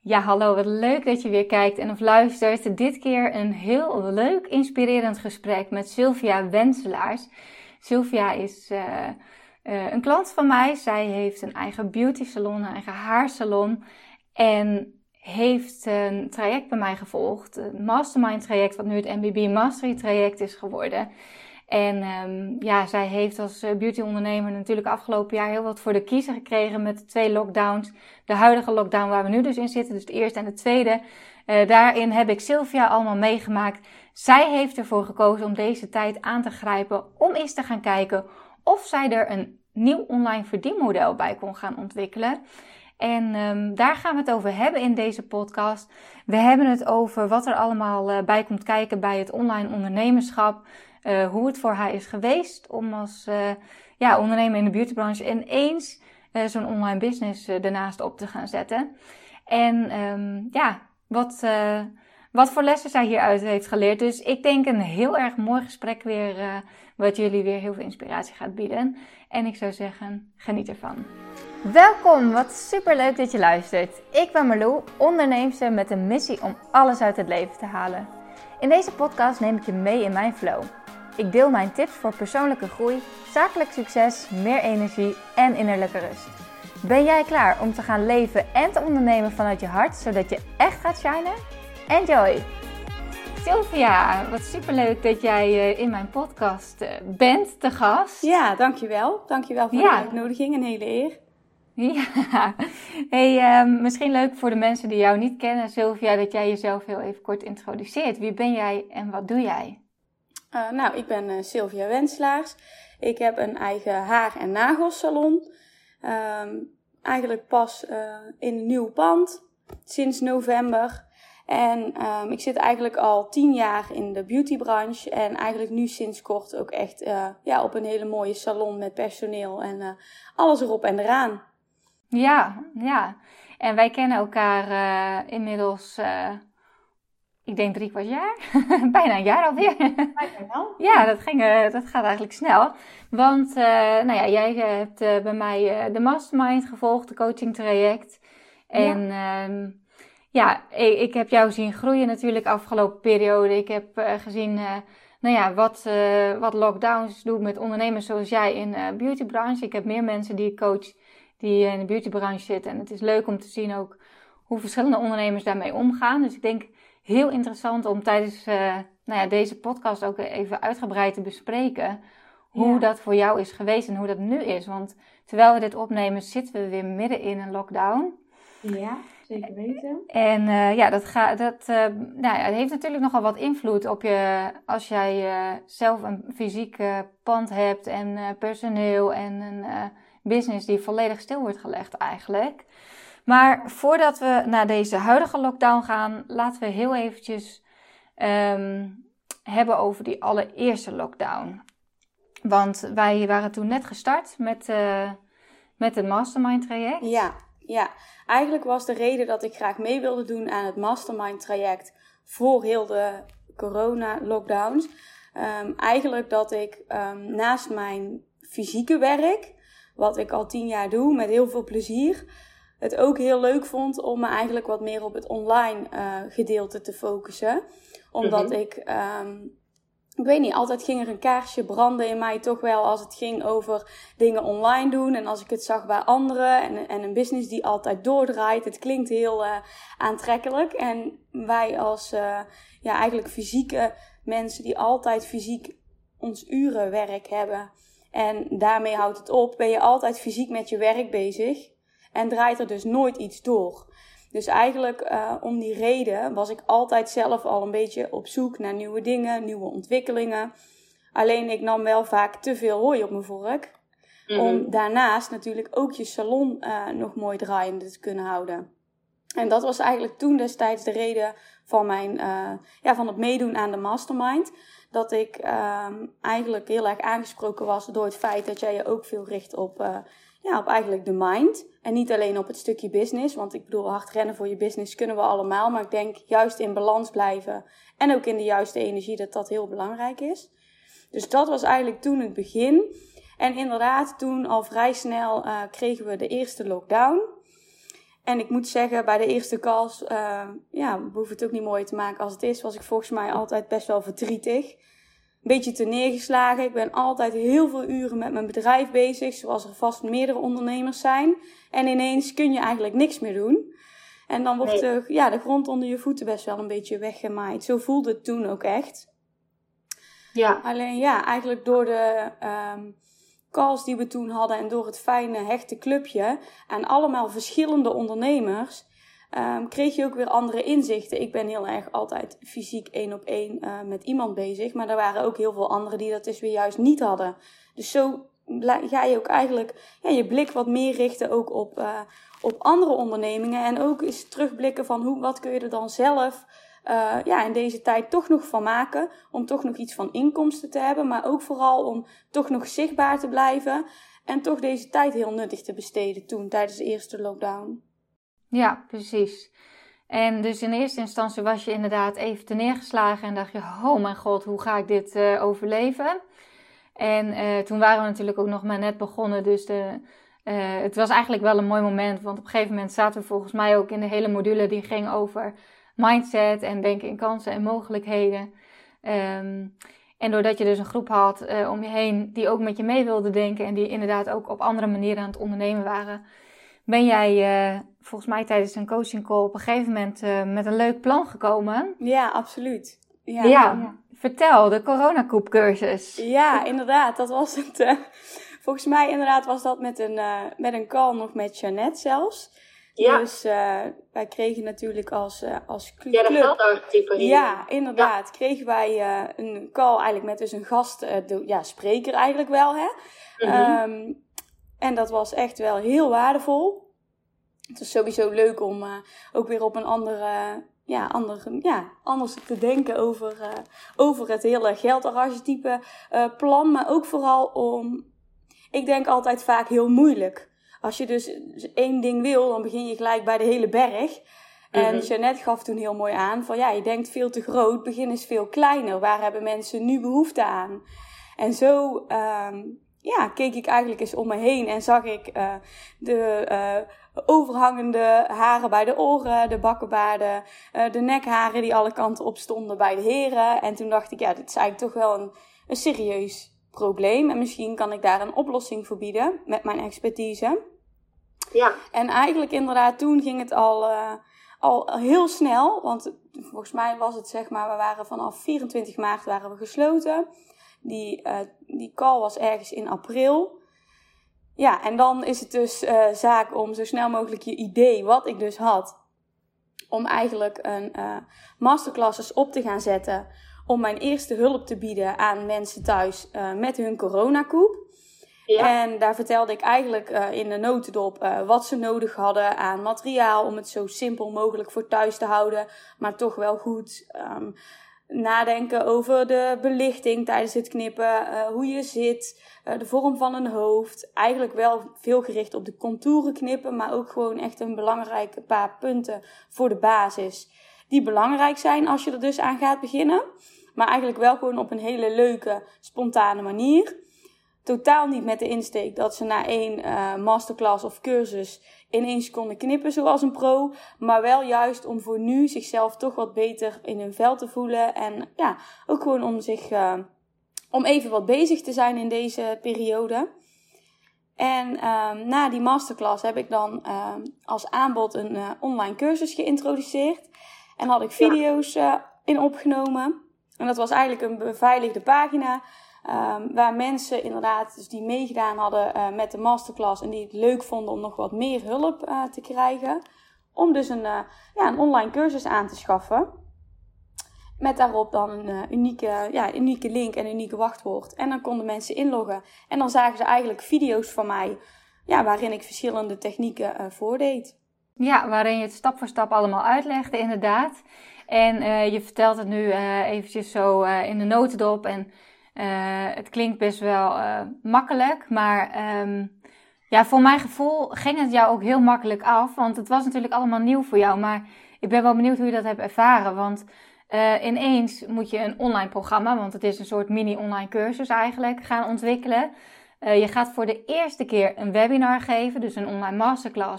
Ja, hallo, wat leuk dat je weer kijkt en of luistert. Dit keer een heel leuk, inspirerend gesprek met Sylvia Wenselaars. Sylvia is een klant van mij. Zij heeft een eigen beauty salon, een eigen haarsalon. En heeft een traject bij mij gevolgd. Een mastermind traject, wat nu het MBB Mastery traject is geworden. En zij heeft als beautyondernemer natuurlijk afgelopen jaar heel wat voor de kiezer gekregen met de 2 lockdowns. De huidige lockdown waar we nu dus in zitten, dus de eerste en de tweede. Daarin heb ik Sylvia allemaal meegemaakt. Zij heeft ervoor gekozen om deze tijd aan te grijpen om eens te gaan kijken of zij er een nieuw online verdienmodel bij kon gaan ontwikkelen. En daar gaan we het over hebben in deze podcast. We hebben het over wat er allemaal bij komt kijken bij het online ondernemerschap. Hoe het voor haar is geweest om als ondernemer in de beautybranche ineens zo'n online business ernaast op te gaan zetten. En wat voor lessen zij hieruit heeft geleerd. Dus ik denk een heel erg mooi gesprek weer, wat jullie weer heel veel inspiratie gaat bieden. En ik zou zeggen, geniet ervan. Welkom, wat superleuk dat je luistert. Ik ben Marlou, onderneemster met een missie om alles uit het leven te halen. In deze podcast neem ik je mee in mijn flow. Ik deel mijn tips voor persoonlijke groei, zakelijk succes, meer energie en innerlijke rust. Ben jij klaar om te gaan leven en te ondernemen vanuit je hart, zodat je echt gaat shinen? Enjoy! Sylvia, wat superleuk dat jij in mijn podcast bent, te gast. Ja, dankjewel. Dankjewel voor de uitnodiging, een hele eer. Ja, hey, misschien leuk voor de mensen die jou niet kennen, Sylvia, dat jij jezelf heel even kort introduceert. Wie ben jij en wat doe jij? Ik ben Sylvia Wenselaars. Ik heb een eigen haar- en nagelsalon. Eigenlijk pas in een nieuw pand, sinds november. En ik zit eigenlijk al 10 jaar in de beautybranche. En eigenlijk nu sinds kort ook echt op een hele mooie salon met personeel en alles erop en eraan. Ja. En wij kennen elkaar inmiddels... Ik denk 3/4 jaar. Bijna een jaar alweer. Bijna wel. Ja, dat gaat eigenlijk snel. Want jij hebt bij mij de mastermind gevolgd, de coaching traject. En ik heb jou zien groeien natuurlijk afgelopen periode. Ik heb gezien wat lockdowns doen met ondernemers zoals jij in de beautybranche. Ik heb meer mensen die ik coach die in de beautybranche zitten. En het is leuk om te zien ook hoe verschillende ondernemers daarmee omgaan. Dus ik denk... Heel interessant om tijdens deze podcast ook even uitgebreid te bespreken hoe dat voor jou is geweest en hoe dat nu is. Want terwijl we dit opnemen zitten we weer midden in een lockdown. Ja, zeker weten. En het heeft natuurlijk nogal wat invloed op je als jij zelf een fysiek pand hebt en personeel en een business die volledig stil wordt gelegd eigenlijk. Maar voordat we naar deze huidige lockdown gaan, laten we heel eventjes hebben over die allereerste lockdown. Want wij waren toen net gestart met het mastermind traject. Ja, eigenlijk was de reden dat ik graag mee wilde doen aan het mastermind traject voor heel de corona lockdowns. Eigenlijk dat ik naast mijn fysieke werk, wat ik al 10 jaar doe met heel veel plezier, het ook heel leuk vond om me eigenlijk wat meer op het online gedeelte te focussen. Omdat ik weet niet, altijd ging er een kaarsje branden in mij toch wel als het ging over dingen online doen. En als ik het zag bij anderen en een business die altijd doordraait. Het klinkt heel aantrekkelijk. En wij als eigenlijk fysieke mensen die altijd fysiek ons urenwerk hebben. En daarmee houdt het op, ben je altijd fysiek met je werk bezig. En draait er dus nooit iets door. Dus eigenlijk om die reden was ik altijd zelf al een beetje op zoek naar nieuwe dingen, nieuwe ontwikkelingen. Alleen ik nam wel vaak te veel hooi op mijn vork. Om daarnaast natuurlijk ook je salon nog mooi draaiende te kunnen houden. En dat was eigenlijk toen destijds de reden van van het meedoen aan de mastermind. Dat ik eigenlijk heel erg aangesproken was door het feit dat jij je ook veel richt op eigenlijk de mind. En niet alleen op het stukje business. Want ik bedoel, hard rennen voor je business kunnen we allemaal. Maar ik denk juist in balans blijven. En ook in de juiste energie dat heel belangrijk is. Dus dat was eigenlijk toen het begin. En inderdaad, toen al vrij snel kregen we de eerste lockdown. En ik moet zeggen, bij de eerste calls, we hoeven het ook niet mooier te maken als het is, was ik volgens mij altijd best wel verdrietig. Een beetje te neergeslagen. Ik ben altijd heel veel uren met mijn bedrijf bezig, zoals er vast meerdere ondernemers zijn. En ineens kun je eigenlijk niks meer doen. En dan wordt de grond onder je voeten best wel een beetje weggemaaid. Zo voelde het toen ook echt. Ja. Alleen eigenlijk door de calls die we toen hadden en door het fijne, hechte clubje en allemaal verschillende ondernemers, kreeg je ook weer andere inzichten. Ik ben heel erg altijd fysiek 1-op-1 met iemand bezig, maar er waren ook heel veel anderen die dat dus weer juist niet hadden. Dus zo ga je ook eigenlijk je blik wat meer richten ook op andere ondernemingen en ook eens terugblikken van wat kun je er dan zelf in deze tijd toch nog van maken, om toch nog iets van inkomsten te hebben, maar ook vooral om toch nog zichtbaar te blijven en toch deze tijd heel nuttig te besteden toen, tijdens de eerste lockdown. Ja, precies. En dus in eerste instantie was je inderdaad even te neergeslagen en dacht je, oh mijn god, hoe ga ik dit overleven? En toen waren we natuurlijk ook nog maar net begonnen, dus het was eigenlijk wel een mooi moment, want op een gegeven moment zaten we volgens mij ook in de hele module die ging over mindset en denken in kansen en mogelijkheden. En doordat je dus een groep had om je heen die ook met je mee wilde denken en die inderdaad ook op andere manieren aan het ondernemen waren, ben jij volgens mij tijdens een coaching call op een gegeven moment met een leuk plan gekomen. Ja, absoluut. Ja. Vertel, de coronakoepcursus. Ja, inderdaad, dat was het. Volgens mij inderdaad was dat met een call nog met Jeannette zelfs. Ja. Dus wij kregen natuurlijk als club... Ja, de geldarchetype hier. Ja, inderdaad. Ja. Kregen wij een call eigenlijk met dus een gast, spreker eigenlijk wel, hè. Mm-hmm. En dat was echt wel heel waardevol. Het was sowieso leuk om ook weer op een anders te denken over het hele geldarchetype plan. Maar ook vooral ik denk altijd vaak heel moeilijk. Als je dus één ding wil, dan begin je gelijk bij de hele berg. En Jeannette gaf toen heel mooi aan van je denkt veel te groot, begin eens veel kleiner. Waar hebben mensen nu behoefte aan? En zo keek ik eigenlijk eens om me heen en zag ik de overhangende haren bij de oren, de bakkenbaarden, de nekharen die alle kanten op stonden bij de heren. En toen dacht ik, dit is eigenlijk toch wel een serieus probleem. En misschien kan ik daar een oplossing voor bieden met mijn expertise. Ja. En eigenlijk inderdaad, toen ging het al heel snel. Want volgens mij was het we waren vanaf 24 maart waren we gesloten. Die call was ergens in april. Ja, en dan is het dus zaak om zo snel mogelijk je idee, wat ik dus had, om eigenlijk een masterclasses op te gaan zetten, om mijn eerste hulp te bieden aan mensen thuis met hun coronakoep. Ja. En daar vertelde ik eigenlijk in de notendop wat ze nodig hadden aan materiaal, om het zo simpel mogelijk voor thuis te houden, maar toch wel goed nadenken over de belichting tijdens het knippen, hoe je zit, de vorm van een hoofd. Eigenlijk wel veel gericht op de contouren knippen, maar ook gewoon echt een belangrijke paar punten voor de basis. Die belangrijk zijn als je er dus aan gaat beginnen. Maar eigenlijk wel gewoon op een hele leuke, spontane manier. Totaal niet met de insteek dat ze na 1 masterclass of cursus ineens konden knippen zoals een pro. Maar wel juist om voor nu zichzelf toch wat beter in hun vel te voelen. En ook gewoon om even wat bezig te zijn in deze periode. En na die masterclass heb ik dan als aanbod een online cursus geïntroduceerd. En had ik video's in opgenomen. En dat was eigenlijk een beveiligde pagina. Waar mensen inderdaad dus die meegedaan hadden met de masterclass en die het leuk vonden om nog wat meer hulp te krijgen. Om dus een online cursus aan te schaffen. Met daarop dan een unieke link en een unieke wachtwoord. En dan konden mensen inloggen. En dan zagen ze eigenlijk video's van mij waarin ik verschillende technieken voordeed. Ja, waarin je het stap voor stap allemaal uitlegde inderdaad. En je vertelt het nu eventjes zo in de notendop en het klinkt best wel makkelijk, maar voor mijn gevoel ging het jou ook heel makkelijk af, want het was natuurlijk allemaal nieuw voor jou, maar ik ben wel benieuwd hoe je dat hebt ervaren, want ineens moet je een online programma, want het is een soort mini-online cursus eigenlijk, gaan ontwikkelen. Je gaat voor de eerste keer een webinar geven, dus een online masterclass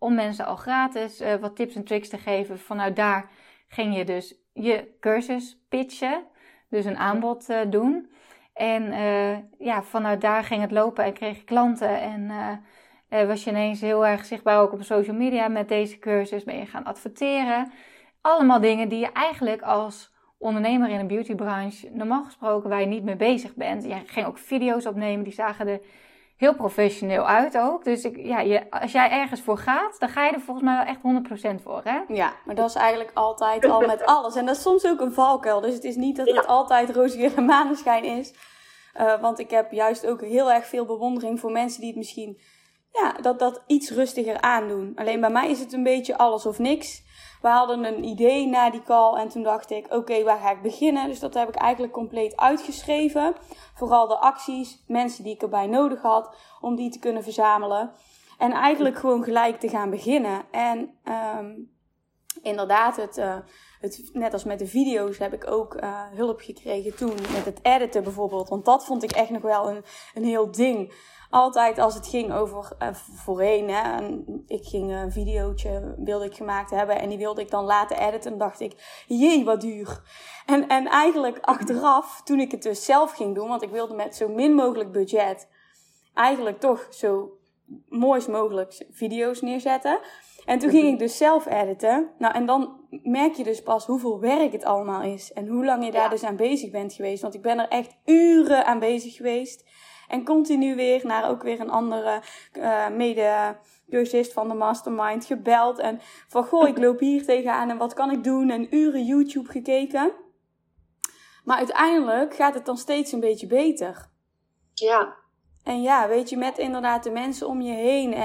om mensen al gratis wat tips en tricks te geven. Vanuit daar ging je dus je cursus pitchen, dus een aanbod doen. En vanuit daar ging het lopen en kreeg je klanten en was je ineens heel erg zichtbaar ook op social media met deze cursus. Ben je gaan adverteren. Allemaal dingen die je eigenlijk als ondernemer in de beautybranche normaal gesproken waar je niet mee bezig bent. Je ging ook video's opnemen, die zagen er heel professioneel uit ook. Dus als jij ergens voor gaat, dan ga je er volgens mij wel echt 100% voor, hè? Ja, maar dat is eigenlijk altijd al met alles. En dat is soms ook een valkuil. Dus het is niet dat het altijd roze geur en maneschijn is. Want ik heb juist ook heel erg veel bewondering voor mensen die het misschien dat iets rustiger aandoen. Alleen bij mij is het een beetje alles of niks. We hadden een idee na die call en toen dacht ik, oké, waar ga ik beginnen? Dus dat heb ik eigenlijk compleet uitgeschreven. Vooral de acties, mensen die ik erbij nodig had om die te kunnen verzamelen. En eigenlijk gewoon gelijk te gaan beginnen. En inderdaad, net als met de video's heb ik ook hulp gekregen toen met het editen bijvoorbeeld. Want dat vond ik echt nog wel een heel ding. Altijd als het ging over voorheen, ik ging een videootje wilde ik gemaakt hebben en die wilde ik dan laten editen. En dacht ik, jee, wat duur. En eigenlijk achteraf, toen ik het dus zelf ging doen, want ik wilde met zo min mogelijk budget eigenlijk toch zo mooist mogelijk video's neerzetten. En toen ging ik dus zelf editen. Nou, en dan merk je dus pas hoeveel werk het allemaal is. En hoe lang je daar dus aan bezig bent geweest. Want ik ben er echt uren aan bezig geweest. En continu weer naar ook weer een andere mede-cursist van de Mastermind gebeld. En van, goh, ik loop hier tegenaan en wat kan ik doen? En uren YouTube gekeken. Maar uiteindelijk gaat het dan steeds een beetje beter. Ja. En ja, weet je, met inderdaad de mensen om je heen.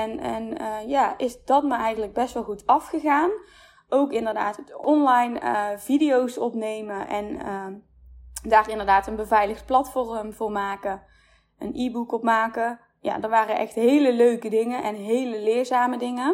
Is dat me eigenlijk best wel goed afgegaan. Ook inderdaad het online video's opnemen. En daar inderdaad een beveiligd platform voor maken. Een e-book op maken. Ja, dat waren echt hele leuke dingen en hele leerzame dingen.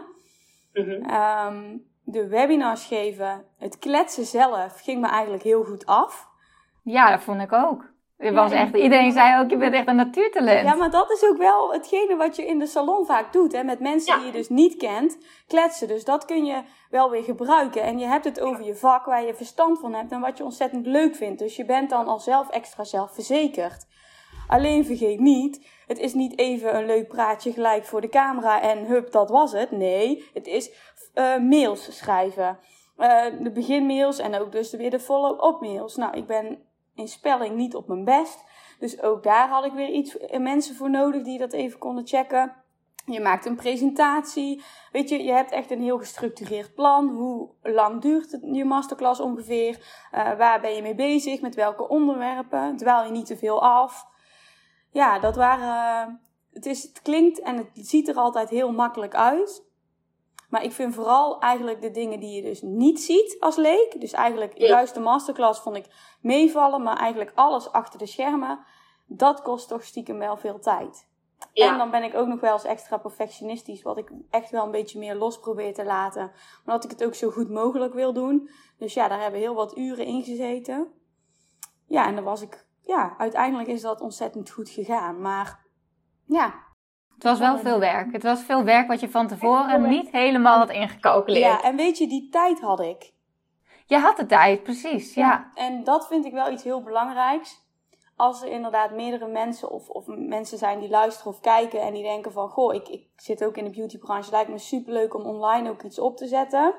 Mm-hmm. De webinars geven, het kletsen zelf ging me eigenlijk heel goed af. Ja, dat vond ik ook. Iedereen zei ook, je bent echt een natuurtalent. Ja, maar dat is ook wel hetgene wat je in de salon vaak doet. Hè? Met mensen die je dus niet kent, kletsen. Dus dat kun je wel weer gebruiken. En je hebt het over je vak waar je verstand van hebt en wat je ontzettend leuk vindt. Dus je bent dan al zelf extra zelfverzekerd. Alleen vergeet niet, het is niet even een leuk praatje gelijk voor de camera en hup, dat was het. Nee, het is mails schrijven. De beginmails en ook dus weer de follow-up mails. Nou, ik ben in spelling niet op mijn best. Dus ook daar had ik weer mensen voor nodig die dat even konden checken. Je maakt een presentatie. Weet je hebt echt een heel gestructureerd plan. Hoe lang duurt je masterclass ongeveer? Waar ben je mee bezig? Met welke onderwerpen? Dwaal je niet te veel af? Ja, dat waren... Het klinkt en het ziet er altijd heel makkelijk uit. Maar ik vind vooral eigenlijk de dingen die je dus niet ziet als leek. Dus eigenlijk juist de masterclass vond ik meevallen. Maar eigenlijk alles achter de schermen. Dat kost toch stiekem wel veel tijd. Ja. En dan ben ik ook nog wel eens extra perfectionistisch. Wat ik echt wel een beetje meer los probeer te laten. Maar dat ik het ook zo goed mogelijk wil doen. Dus ja, daar hebben heel wat uren in gezeten. Ja, en dan was ik... Ja, uiteindelijk is dat ontzettend goed gegaan. Maar ja... Het was wel veel werk. Het was veel werk wat je van tevoren niet helemaal had ingecalculeerd. Ja, en weet je, die tijd had ik. Je had de tijd, precies, ja. En dat vind ik wel iets heel belangrijks. Als er inderdaad meerdere mensen of mensen zijn die luisteren of kijken en die denken van... Goh, ik zit ook in de beautybranche, het lijkt me superleuk om online ook iets op te zetten.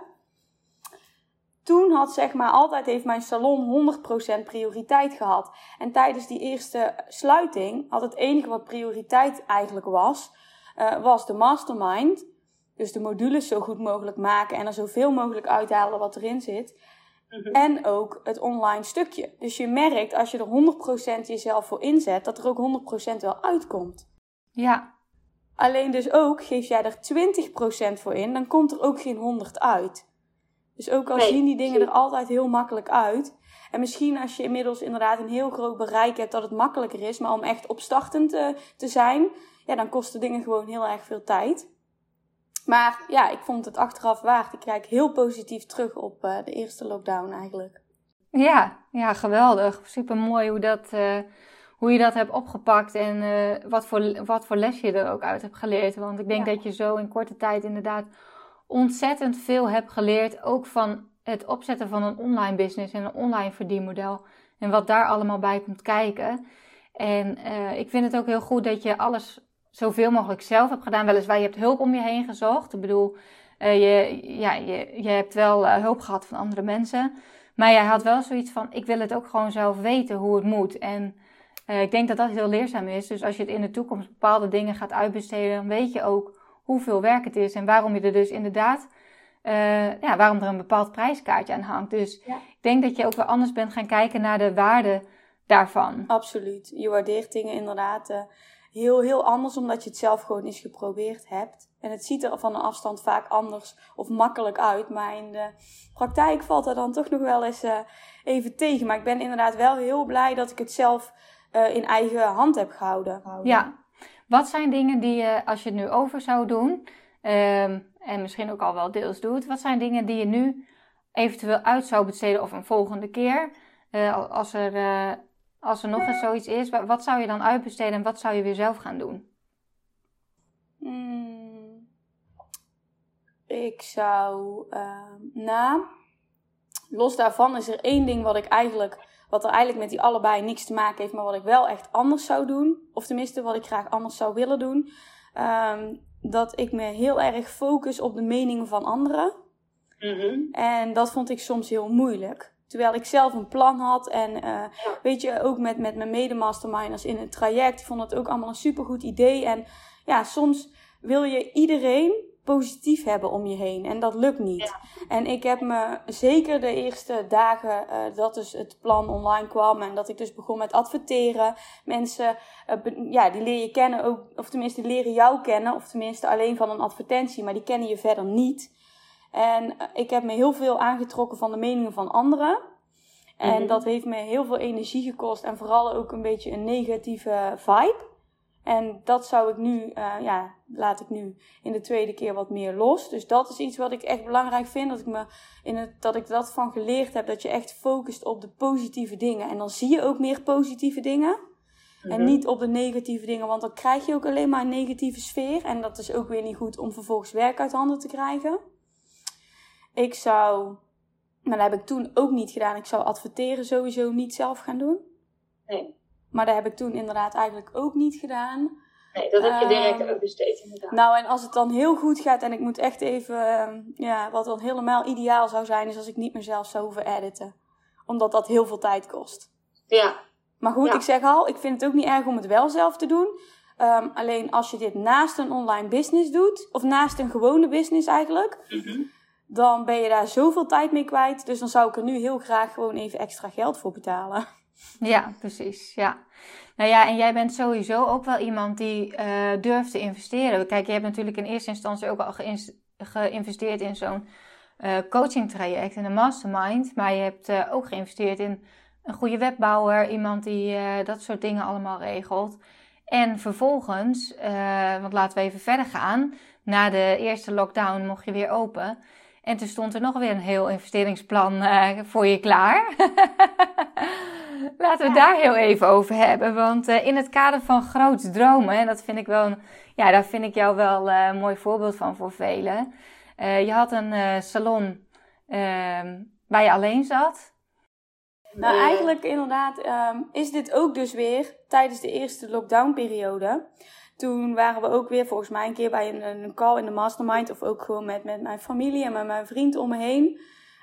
Toen heeft mijn salon 100% prioriteit gehad. En tijdens die eerste sluiting had het enige wat prioriteit eigenlijk was de mastermind. Dus de modules zo goed mogelijk maken en er zoveel mogelijk uithalen wat erin zit. Mm-hmm. En ook het online stukje. Dus je merkt als je er 100% jezelf voor inzet, dat er ook 100% wel uitkomt. Ja. Alleen dus ook, geef jij er 20% voor in, dan komt er ook geen 100 uit. Dus ook al zien die dingen er altijd heel makkelijk uit. En misschien als je inmiddels inderdaad een heel groot bereik hebt dat het makkelijker is. Maar om echt opstartend te zijn, ja, dan kosten dingen gewoon heel erg veel tijd. Maar ja, ik vond het achteraf waard. Ik kijk heel positief terug op de eerste lockdown eigenlijk. Ja, geweldig. Super mooi hoe je dat hebt opgepakt en wat voor les je er ook uit hebt geleerd. Want ik denk dat je zo in korte tijd inderdaad ontzettend veel heb geleerd. Ook van het opzetten van een online business en een online verdienmodel. En wat daar allemaal bij komt kijken. En ik vind het ook heel goed dat je alles zoveel mogelijk zelf hebt gedaan. Weliswaar, je hebt hulp om je heen gezocht. Ik bedoel, je hebt wel hulp gehad van andere mensen. Maar jij had wel zoiets van, ik wil het ook gewoon zelf weten hoe het moet. En ik denk dat dat heel leerzaam is. Dus als je het in de toekomst bepaalde dingen gaat uitbesteden, dan weet je ook hoeveel werk het is. En waarom je er dus inderdaad, waarom er een bepaald prijskaartje aan hangt. Dus ik denk dat je ook wel anders bent gaan kijken naar de waarde daarvan. Absoluut. Je waardeert dingen inderdaad heel, heel anders, omdat je het zelf gewoon eens geprobeerd hebt. En het ziet er van een afstand vaak anders of makkelijk uit. Maar in de praktijk valt dat dan toch nog wel eens even tegen. Maar ik ben inderdaad wel heel blij dat ik het zelf in eigen hand heb gehouden. Ja. Wat zijn dingen die je, als je het nu over zou doen, en misschien ook al wel deels doet, wat zijn dingen die je nu eventueel uit zou besteden of een volgende keer, als er nog eens zoiets is, wat zou je dan uitbesteden en wat zou je weer zelf gaan doen? Ik zou, los daarvan is er één ding wat er eigenlijk met die allebei niks te maken heeft, maar wat ik wel echt anders zou doen. Of tenminste, wat ik graag anders zou willen doen. Dat ik me heel erg focus op de meningen van anderen. Mm-hmm. En dat vond ik soms heel moeilijk. Terwijl ik zelf een plan had. En weet je, ook met mijn medemasterminders in het traject. Ik vond het ook allemaal een supergoed idee. En ja, soms wil je iedereen positief hebben om je heen. En dat lukt niet. Ja. En ik heb me zeker de eerste dagen dat dus het plan online kwam. En dat ik dus begon met adverteren. Mensen, die leer je kennen ook. Of tenminste, die leren jou kennen. Of tenminste alleen van een advertentie. Maar die kennen je verder niet. En ik heb me heel veel aangetrokken van de meningen van anderen. En dat heeft me heel veel energie gekost. En vooral ook een beetje een negatieve vibe. En dat zou ik nu, laat ik nu in de tweede keer wat meer los. Dus dat is iets wat ik echt belangrijk vind. Dat ik dat van geleerd heb. Dat je echt focust op de positieve dingen. En dan zie je ook meer positieve dingen. En niet op de negatieve dingen. Want dan krijg je ook alleen maar een negatieve sfeer. En dat is ook weer niet goed om vervolgens werk uit handen te krijgen. Ik zou, maar dat heb ik toen ook niet gedaan. Ik zou adverteren sowieso niet zelf gaan doen. Nee. Maar dat heb ik toen inderdaad eigenlijk ook niet gedaan. Nee, dat heb je direct uitbesteed inderdaad. Nou, en als het dan heel goed gaat en ik moet echt even, wat dan helemaal ideaal zou zijn, is als ik niet meer zelf zou hoeven editen. Omdat dat heel veel tijd kost. Ja. Maar goed, ik zeg al, ik vind het ook niet erg om het wel zelf te doen. Alleen als je dit naast een online business doet, of naast een gewone business eigenlijk, dan ben je daar zoveel tijd mee kwijt. Dus dan zou ik er nu heel graag gewoon even extra geld voor betalen. Ja, precies. Ja. Nou ja, en jij bent sowieso ook wel iemand die durft te investeren. Kijk, je hebt natuurlijk in eerste instantie ook al geïnvesteerd in zo'n coaching traject en een mastermind. Maar je hebt ook geïnvesteerd in een goede webbouwer. Iemand die dat soort dingen allemaal regelt. En vervolgens, want laten we even verder gaan. Na de eerste lockdown mocht je weer open. En toen stond er nog weer een heel investeringsplan voor je klaar. Laten we het daar heel even over hebben. Want in het kader van groots dromen, en dat vind ik wel daar vind ik jou wel een mooi voorbeeld van voor velen. Je had een salon waar je alleen zat. Nou, eigenlijk inderdaad is dit ook dus weer tijdens de eerste lockdownperiode. Toen waren we ook weer volgens mij een keer bij een call in de mastermind. Of ook gewoon met mijn familie en met mijn vriend om me heen.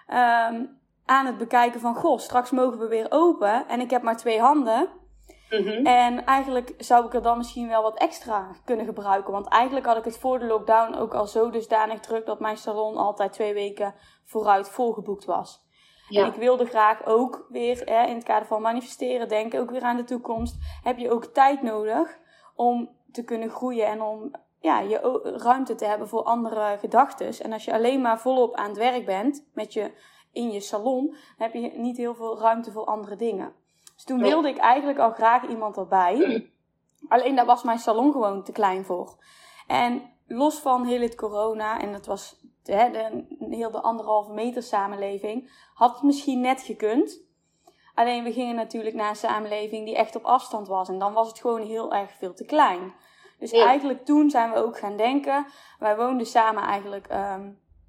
Aan het bekijken van, straks mogen we weer open. En ik heb maar 2 handen. En eigenlijk zou ik er dan misschien wel wat extra kunnen gebruiken. Want eigenlijk had ik het voor de lockdown ook al zo dusdanig druk dat mijn salon altijd 2 weken vooruit volgeboekt was. Ja. En ik wilde graag ook weer in het kader van manifesteren, denken ook weer aan de toekomst. Heb je ook tijd nodig om te kunnen groeien en om je ruimte te hebben voor andere gedachtes. En als je alleen maar volop aan het werk bent in je salon, dan heb je niet heel veel ruimte voor andere dingen. Dus toen wilde ik eigenlijk al graag iemand erbij. Alleen daar was mijn salon gewoon te klein voor. En los van heel het corona, en dat was heel de 1,5 meter samenleving, had het misschien net gekund. Alleen we gingen natuurlijk naar een samenleving die echt op afstand was. En dan was het gewoon heel erg veel te klein. Dus eigenlijk toen zijn we ook gaan denken. Wij woonden samen eigenlijk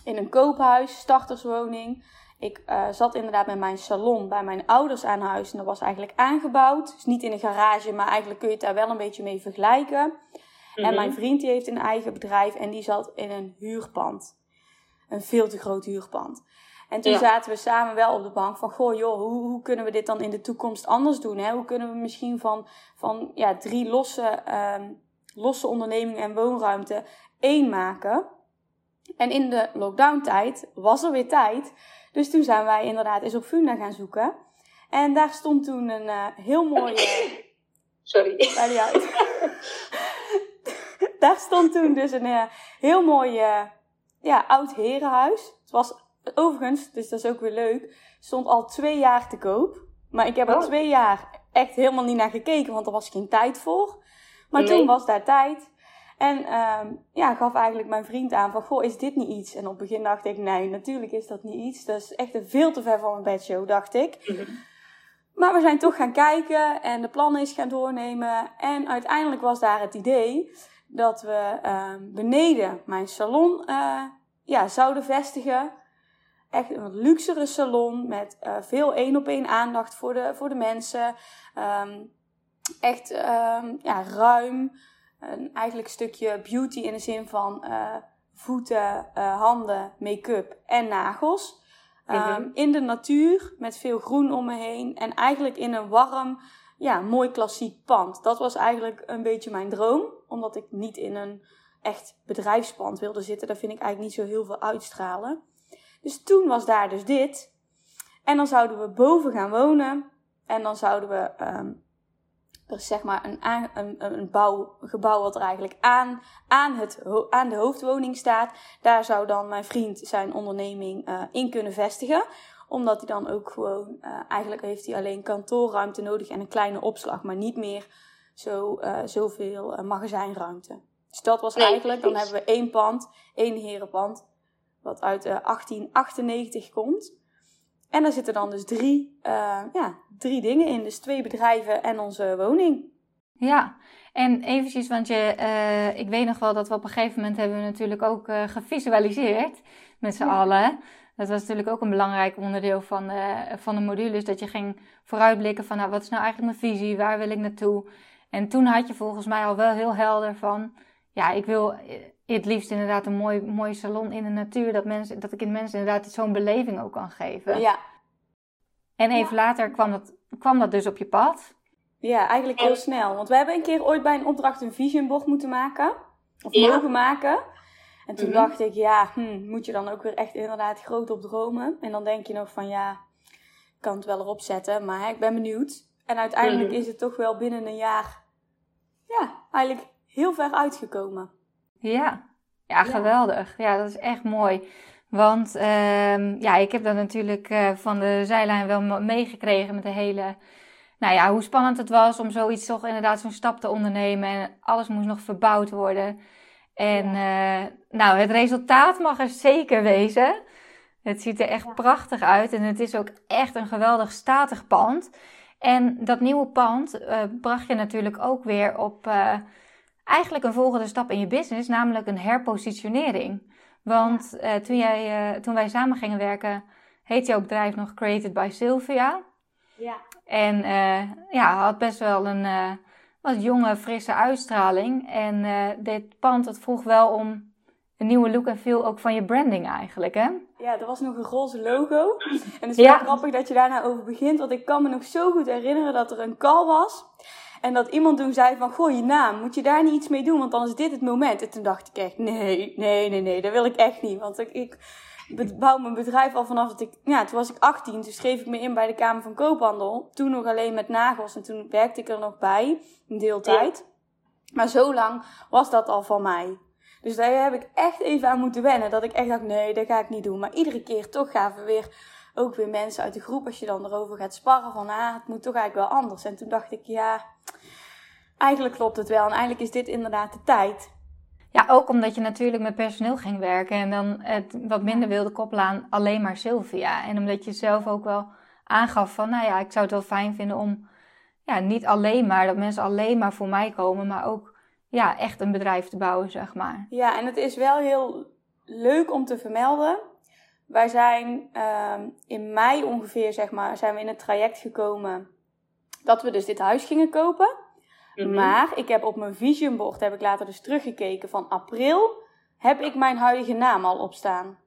in een koophuis, starterswoning. Ik zat inderdaad met mijn salon bij mijn ouders aan huis. En dat was eigenlijk aangebouwd. Dus niet in een garage, maar eigenlijk kun je het daar wel een beetje mee vergelijken. En mijn vriend die heeft een eigen bedrijf en die zat in een huurpand. Een veel te groot huurpand. En toen zaten we samen wel op de bank van, goh joh, hoe kunnen we dit dan in de toekomst anders doen? Hè? Hoe kunnen we misschien van 3 losse ondernemingen en woonruimte 1 maken? En in de lockdown-tijd was er weer tijd. Dus toen zijn wij inderdaad eens op Funda gaan zoeken. En daar stond toen een heel mooie... Sorry. Daar stond toen dus een heel mooi oud herenhuis. Het was overigens, dus dat is ook weer leuk, stond al 2 jaar te koop. Maar ik heb er 2 jaar echt helemaal niet naar gekeken, want er was geen tijd voor. Maar toen was daar tijd. En gaf eigenlijk mijn vriend aan van, goh, is dit niet iets? En op het begin dacht ik, nee, natuurlijk is dat niet iets. Dat is echt veel te ver van mijn bedshow, dacht ik. Mm-hmm. Maar we zijn toch gaan kijken en de plannen eens gaan doornemen. En uiteindelijk was daar het idee dat we beneden mijn salon zouden vestigen. Echt een wat luxere salon met veel 1-op-1 aandacht voor de mensen. Ruim. Eigenlijk een stukje beauty in de zin van voeten, handen, make-up en nagels. In de natuur met veel groen om me heen. En eigenlijk in een warm, mooi klassiek pand. Dat was eigenlijk een beetje mijn droom. Omdat ik niet in een echt bedrijfspand wilde zitten. Daar vind ik eigenlijk niet zo heel veel uitstralen. Dus toen was daar dus dit. En dan zouden we boven gaan wonen. En dan zouden we... er is zeg maar een gebouw wat er eigenlijk aan de hoofdwoning staat. Daar zou dan mijn vriend zijn onderneming in kunnen vestigen. Omdat hij dan ook gewoon... eigenlijk heeft hij alleen kantoorruimte nodig en een kleine opslag. Maar niet meer zoveel magazijnruimte. Dus dat was eigenlijk... Dan hebben we 1 pand, 1 herenpand. Wat uit 1898 komt. En daar zitten dan dus 3 dingen in. Dus 2 bedrijven en onze woning. Ja, en eventjes, want ik weet nog wel dat we op een gegeven moment hebben we natuurlijk ook gevisualiseerd met z'n allen. Dat was natuurlijk ook een belangrijk onderdeel van de modules. Dat je ging vooruitblikken van, wat is nou eigenlijk mijn visie? Waar wil ik naartoe? En toen had je volgens mij al wel heel helder van, ik wil het liefst inderdaad een mooi salon in de natuur. Dat ik in mensen inderdaad zo'n beleving ook kan geven. Ja. En even later kwam dat dus op je pad. Ja, eigenlijk heel snel. Want we hebben een keer ooit bij een opdracht een visionboard moeten maken. Of mogen maken. En toen dacht ik, moet je dan ook weer echt inderdaad groot op dromen. En dan denk je nog van, ik kan het wel erop zetten. Maar ik ben benieuwd. En uiteindelijk is het toch wel binnen een jaar, eigenlijk heel ver uitgekomen. Ja, geweldig. Ja, dat is echt mooi. Want ik heb dat natuurlijk van de zijlijn wel meegekregen met de hele... hoe spannend het was om zoiets toch inderdaad zo'n stap te ondernemen. En alles moest nog verbouwd worden. En het resultaat mag er zeker wezen. Het ziet er echt prachtig uit. En het is ook echt een geweldig statig pand. En dat nieuwe pand bracht je natuurlijk ook weer op eigenlijk een volgende stap in je business. Namelijk een herpositionering. Want toen wij samen gingen werken, heet jouw bedrijf nog Created by Sylvia. Ja. En had best wel een wat jonge, frisse uitstraling. En dit pand, dat vroeg wel om een nieuwe look en feel ook van je branding eigenlijk, hè? Ja, er was nog een roze logo. En het is wel grappig dat je daar nou over begint. Want ik kan me nog zo goed herinneren dat er een call was. En dat iemand toen zei van, goh, je naam, moet je daar niet iets mee doen? Want dan is dit het moment. En toen dacht ik echt, nee, dat wil ik echt niet. Want ik bouw mijn bedrijf al vanaf dat toen was ik 18. Toen schreef ik me in bij de Kamer van Koophandel. Toen nog alleen met nagels en toen werkte ik er nog bij, een deeltijd. Maar zo lang was dat al van mij. Dus daar heb ik echt even aan moeten wennen. Dat ik echt dacht, nee, dat ga ik niet doen. Maar iedere keer toch gaven weer mensen uit de groep, als je dan erover gaat sparren van, het moet toch eigenlijk wel anders. En toen dacht ik, eigenlijk klopt het wel. En eigenlijk is dit inderdaad de tijd. Ja, ook omdat je natuurlijk met personeel ging werken en dan het wat minder wilde koppelen aan alleen maar Sylvia. En omdat je zelf ook wel aangaf van, ik zou het wel fijn vinden om, niet alleen maar, dat mensen alleen maar voor mij komen, maar ook, echt een bedrijf te bouwen, zeg maar. Ja, en het is wel heel leuk om te vermelden. Wij zijn in mei ongeveer, zeg maar, zijn we in het traject gekomen dat we dus dit huis gingen kopen. Mm-hmm. Maar ik heb op mijn vision board, heb ik later dus teruggekeken, van april heb ik mijn huidige naam al opstaan.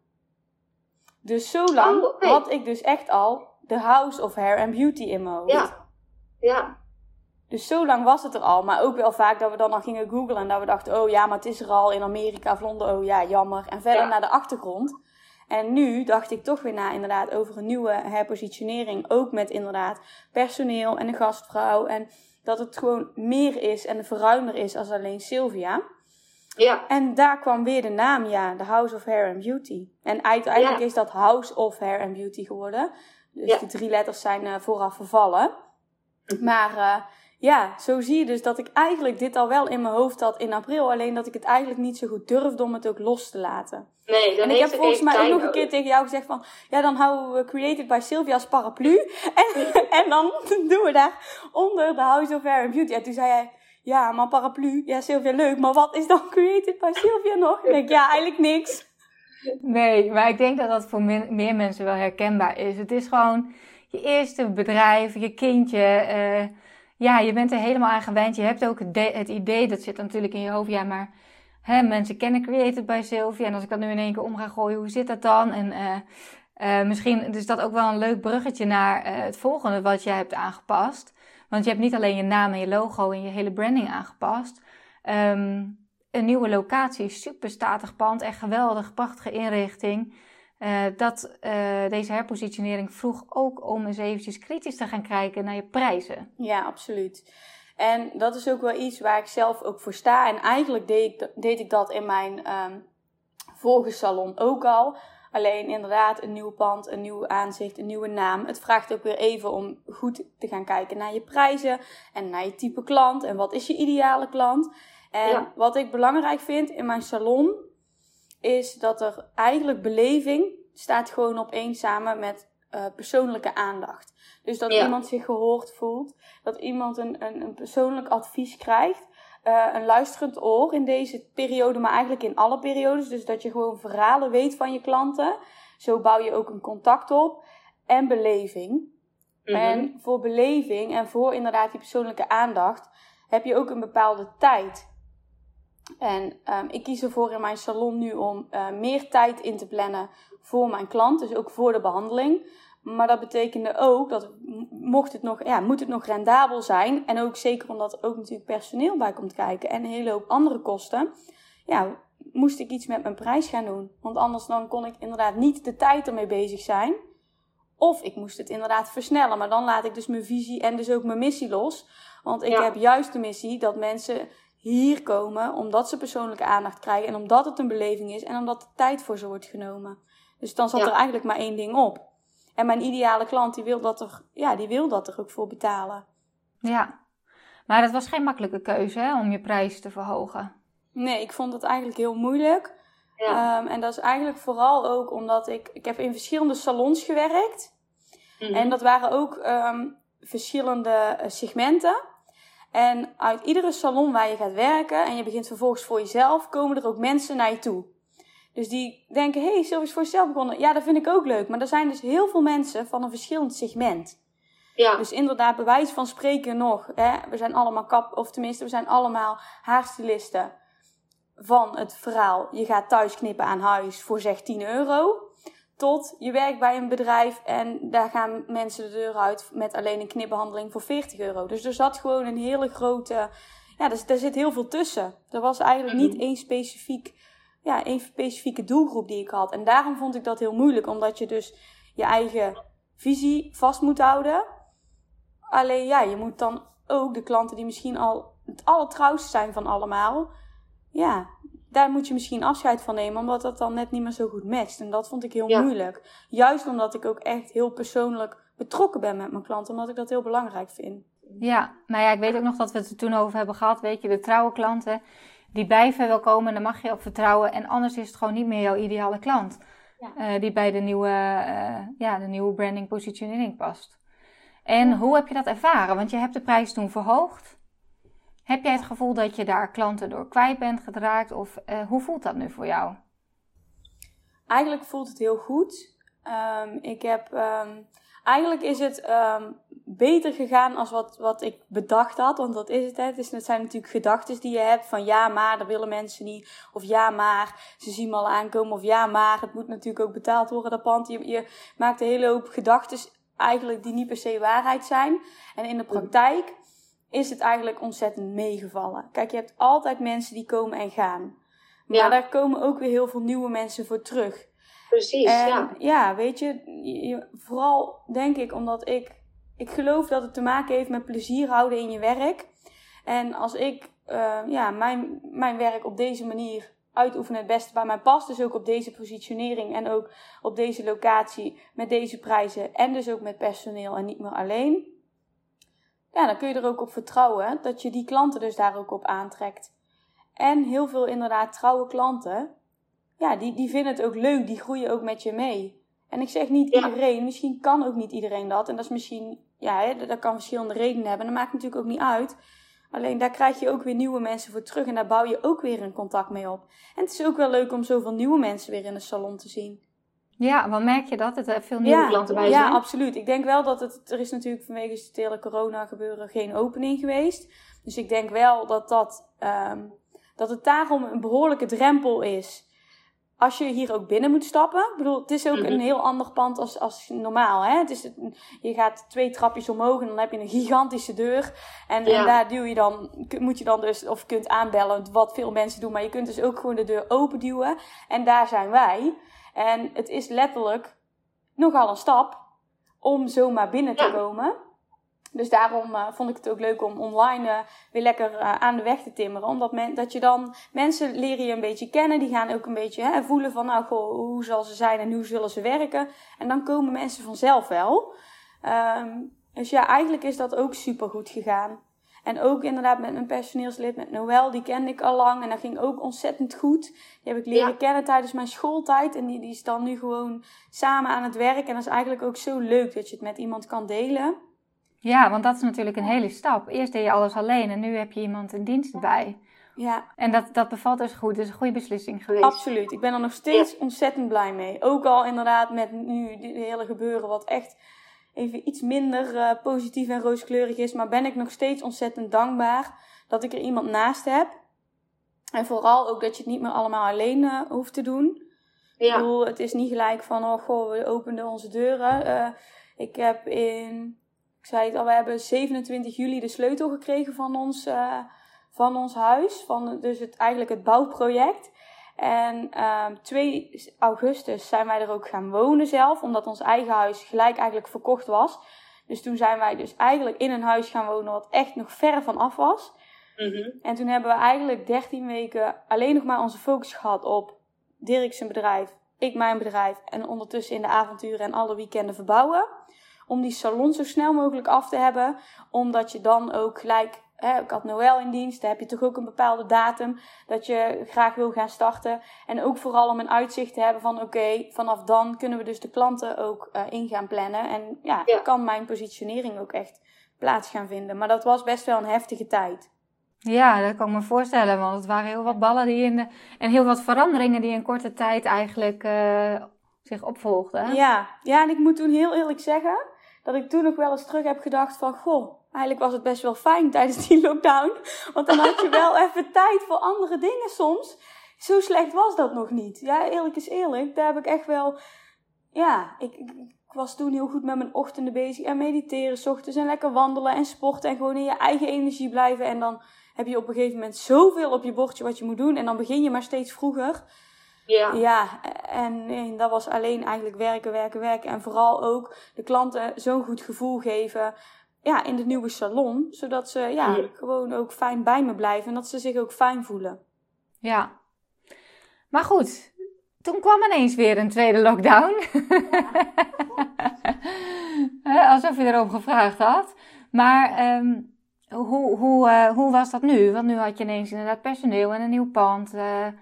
Dus zo lang had ik dus echt al The House of Hair and Beauty in mijn hoofd. Ja. Dus zo lang was het er al. Maar ook wel vaak dat we dan al gingen googlen en dat we dachten, oh ja, maar het is er al in Amerika of Londen. Oh ja, jammer. En verder naar de achtergrond. En nu dacht ik toch weer na inderdaad over een nieuwe herpositionering. Ook met inderdaad personeel en een gastvrouw. En dat het gewoon meer is en verruimer is als alleen Sylvia. Ja. En daar kwam weer de naam, The House of Hair and Beauty. En uiteindelijk is dat House of Hair and Beauty geworden. Dus die 3 letters zijn vooraf vervallen. Maar zo zie je dus dat ik eigenlijk dit al wel in mijn hoofd had in april. Alleen dat ik het eigenlijk niet zo goed durfde om het ook los te laten. Nee, dan en ik heb volgens mij ook nog een keer tegen jou gezegd van... Ja, dan houden we Created by Sylvia als paraplu. En dan doen we daar onder de House of Hair and Beauty. En toen zei jij... Ja, maar paraplu, ja Sylvia leuk, maar wat is dan Created by Sylvia nog? Ik denk, eigenlijk niks. Nee, maar ik denk dat dat voor meer mensen wel herkenbaar is. Het is gewoon je eerste bedrijf, je kindje. Je bent er helemaal aan gewend. Je hebt ook het idee, dat zit natuurlijk in je hoofd. Ja, maar mensen kennen Created by Sylvia. En als ik dat nu in één keer om ga gooien, hoe zit dat dan? En misschien is dat ook wel een leuk bruggetje naar het volgende wat jij hebt aangepast. Want je hebt niet alleen je naam en je logo en je hele branding aangepast. Een nieuwe locatie, super statig pand, echt geweldig, prachtige inrichting. Deze herpositionering vroeg ook om eens eventjes kritisch te gaan kijken naar je prijzen. Ja, absoluut. En dat is ook wel iets waar ik zelf ook voor sta. En eigenlijk deed ik dat in mijn vorige salon ook al. Alleen inderdaad een nieuw pand, een nieuw aanzicht, een nieuwe naam. Het vraagt ook weer even om goed te gaan kijken naar je prijzen en naar je type klant. En wat is je ideale klant? En wat ik belangrijk vind in mijn salon is dat er eigenlijk beleving staat gewoon op één samen met persoonlijke aandacht. Dus dat iemand zich gehoord voelt, dat iemand een persoonlijk advies krijgt. Een luisterend oor in deze periode, maar eigenlijk in alle periodes. Dus dat je gewoon verhalen weet van je klanten. Zo bouw je ook een contact op. En beleving. Mm-hmm. En voor beleving en voor inderdaad die persoonlijke aandacht heb je ook een bepaalde tijd. En ik kies ervoor in mijn salon nu om meer tijd in te plannen voor mijn klant. Dus ook voor de behandeling. Maar dat betekende ook dat moet het nog rendabel zijn. En ook zeker omdat er ook natuurlijk personeel bij komt kijken. En een hele hoop andere kosten. Ja, moest ik iets met mijn prijs gaan doen. Want anders dan kon ik inderdaad niet de tijd ermee bezig zijn. Of ik moest het inderdaad versnellen. Maar dan laat ik dus mijn visie en dus ook mijn missie los. Want ik heb juist de missie dat mensen hier komen omdat ze persoonlijke aandacht krijgen. En omdat het een beleving is. En omdat er tijd voor ze wordt genomen. Dus dan zat er eigenlijk maar één ding op. En mijn ideale klant, die wil dat er ook voor betalen. Ja, maar dat was geen makkelijke keuze hè, om je prijs te verhogen. Nee, ik vond het eigenlijk heel moeilijk. Ja. En dat is eigenlijk vooral ook omdat ik heb in verschillende salons gewerkt. Mm-hmm. En dat waren ook verschillende segmenten. En uit iedere salon waar je gaat werken en je begint vervolgens voor jezelf, komen er ook mensen naar je toe. Dus die denken, hey, Sylvia is voor jezelf begonnen. Ja, dat vind ik ook leuk. Maar er zijn dus heel veel mensen van een verschillend segment. Ja. Dus inderdaad, bij wijze van spreken nog. We zijn allemaal we zijn allemaal haarstylisten van het verhaal. Je gaat thuis knippen aan huis voor zeg €10. Tot je werkt bij een bedrijf en daar gaan mensen de deur uit met alleen een knipbehandeling voor €40. Dus er zat gewoon een hele grote... Ja, daar zit heel veel tussen. Er was eigenlijk niet één specifieke doelgroep die ik had. En daarom vond ik dat heel moeilijk. Omdat je dus je eigen visie vast moet houden. Alleen je moet dan ook de klanten die misschien al het allertrouwste zijn van allemaal. Ja, daar moet je misschien afscheid van nemen. Omdat dat dan net niet meer zo goed matcht. En dat vond ik heel moeilijk. Juist omdat ik ook echt heel persoonlijk betrokken ben met mijn klanten. Omdat ik dat heel belangrijk vind. Ja, nou ja, ik weet ook nog dat we het er toen over hebben gehad. Weet je, de trouwe klanten... Die blijven wel komen, daar mag je op vertrouwen. En anders is het gewoon niet meer jouw ideale klant. Ja. Die bij de nieuwe branding positionering past. En hoe heb je dat ervaren? Want je hebt de prijs toen verhoogd. Heb jij het gevoel dat je daar klanten door kwijt bent geraakt? Of hoe voelt dat nu voor jou? eigenlijk voelt het heel goed. Eigenlijk is het beter gegaan als wat ik bedacht had. Want dat is het. Hè. Het zijn natuurlijk gedachten die je hebt. Van ja, maar dat willen mensen niet. Of ja, maar ze zien me al aankomen. Of ja, maar het moet natuurlijk ook betaald worden, dat pand. Je maakt een hele hoop gedachten eigenlijk die niet per se waarheid zijn. En in de praktijk is het eigenlijk ontzettend meegevallen. Kijk, je hebt altijd mensen die komen en gaan. Maar daar komen ook weer heel veel nieuwe mensen voor terug. Precies, en, ja, weet je, vooral denk ik omdat ik geloof dat het te maken heeft met plezier houden in je werk. En als ik mijn werk op deze manier uitoefen het beste bij mij past, dus ook op deze positionering en ook op deze locatie met deze prijzen en dus ook met personeel en niet meer alleen. Ja, dan kun je er ook op vertrouwen dat je die klanten dus daar ook op aantrekt. En heel veel inderdaad trouwe klanten, ja, die vinden het ook leuk, die groeien ook met je mee. En ik zeg niet iedereen, misschien kan ook niet iedereen dat. En dat is misschien, dat kan verschillende redenen hebben. Dat maakt natuurlijk ook niet uit. Alleen daar krijg je ook weer nieuwe mensen voor terug en daar bouw je ook weer een contact mee op. En het is ook wel leuk om zoveel nieuwe mensen weer in de salon te zien. Ja, wat merk je dat? Er veel nieuwe klanten bij zijn? Ja, absoluut. Ik denk wel dat er is natuurlijk vanwege het hele corona gebeuren geen opening geweest. Dus ik denk wel dat het daarom een behoorlijke drempel is. Als je hier ook binnen moet stappen. Ik bedoel, het is ook een heel ander pand als normaal. Hè? Je gaat 2 trapjes omhoog en dan heb je een gigantische deur. En daar moet je dan dus, of kunt aanbellen, wat veel mensen doen. Maar je kunt dus ook gewoon de deur open duwen. En daar zijn wij. En het is letterlijk nogal een stap om zomaar binnen te komen. Dus daarom vond ik het ook leuk om online weer lekker aan de weg te timmeren. Omdat mensen leren je een beetje kennen. Die gaan ook een beetje voelen van, nou, goh, hoe zal ze zijn en hoe zullen ze werken. En dan komen mensen vanzelf wel. Dus ja, eigenlijk is dat ook super goed gegaan. En ook inderdaad met mijn personeelslid, met Noël, die kende ik al lang. En dat ging ook ontzettend goed. Die heb ik leren kennen tijdens mijn schooltijd. En die is dan nu gewoon samen aan het werk. En dat is eigenlijk ook zo leuk dat je het met iemand kan delen. Ja, want dat is natuurlijk een hele stap. Eerst deed je alles alleen en nu heb je iemand in dienst erbij. Ja. En dat bevalt dus goed. Dat is een goede beslissing geweest. Absoluut. Ik ben er nog steeds ontzettend blij mee. Ook al inderdaad met nu dit hele gebeuren wat echt even iets minder positief en rooskleurig is. Maar ben ik nog steeds ontzettend dankbaar dat ik er iemand naast heb. En vooral ook dat je het niet meer allemaal alleen hoeft te doen. Ja. Ik bedoel, het is niet gelijk van, we openden onze deuren. Ik heb ik zei het al, we hebben 27 juli de sleutel gekregen van ons huis. Dus eigenlijk het bouwproject. En 2 augustus zijn wij er ook gaan wonen zelf. Omdat ons eigen huis gelijk eigenlijk verkocht was. Dus toen zijn wij dus eigenlijk in een huis gaan wonen wat echt nog ver van af was. Mm-hmm. En toen hebben we eigenlijk 13 weken alleen nog maar onze focus gehad op Dirk zijn bedrijf, ik mijn bedrijf. En ondertussen in de avonturen en alle weekenden verbouwen. Om die salon zo snel mogelijk af te hebben. Omdat je dan ook gelijk, ik had Noël in dienst. Daar heb je toch ook een bepaalde datum dat je graag wil gaan starten. En ook vooral om een uitzicht te hebben van vanaf dan kunnen we dus de klanten ook in gaan plannen. En kan mijn positionering ook echt plaats gaan vinden. Maar dat was best wel een heftige tijd. Ja, dat kan ik me voorstellen. Want het waren heel wat ballen en heel wat veranderingen die in korte tijd eigenlijk zich opvolgden. Ja, en ik moet toen heel eerlijk zeggen dat ik toen nog wel eens terug heb gedacht van, eigenlijk was het best wel fijn tijdens die lockdown. Want dan had je wel even tijd voor andere dingen soms. Zo slecht was dat nog niet. Ja, eerlijk is eerlijk. Daar heb ik echt wel, ik was toen heel goed met mijn ochtenden bezig. En mediteren 's ochtends en lekker wandelen en sporten. En gewoon in je eigen energie blijven. En dan heb je op een gegeven moment zoveel op je bordje wat je moet doen. En dan begin je maar steeds vroeger. Ja, en dat was alleen eigenlijk werken. En vooral ook de klanten zo'n goed gevoel geven in de nieuwe salon. Zodat ze gewoon ook fijn bij me blijven. En dat ze zich ook fijn voelen. Ja. Maar goed, toen kwam ineens weer een tweede lockdown. Alsof je erom gevraagd had. Maar hoe was dat nu? Want nu had je ineens inderdaad personeel en een nieuw pand.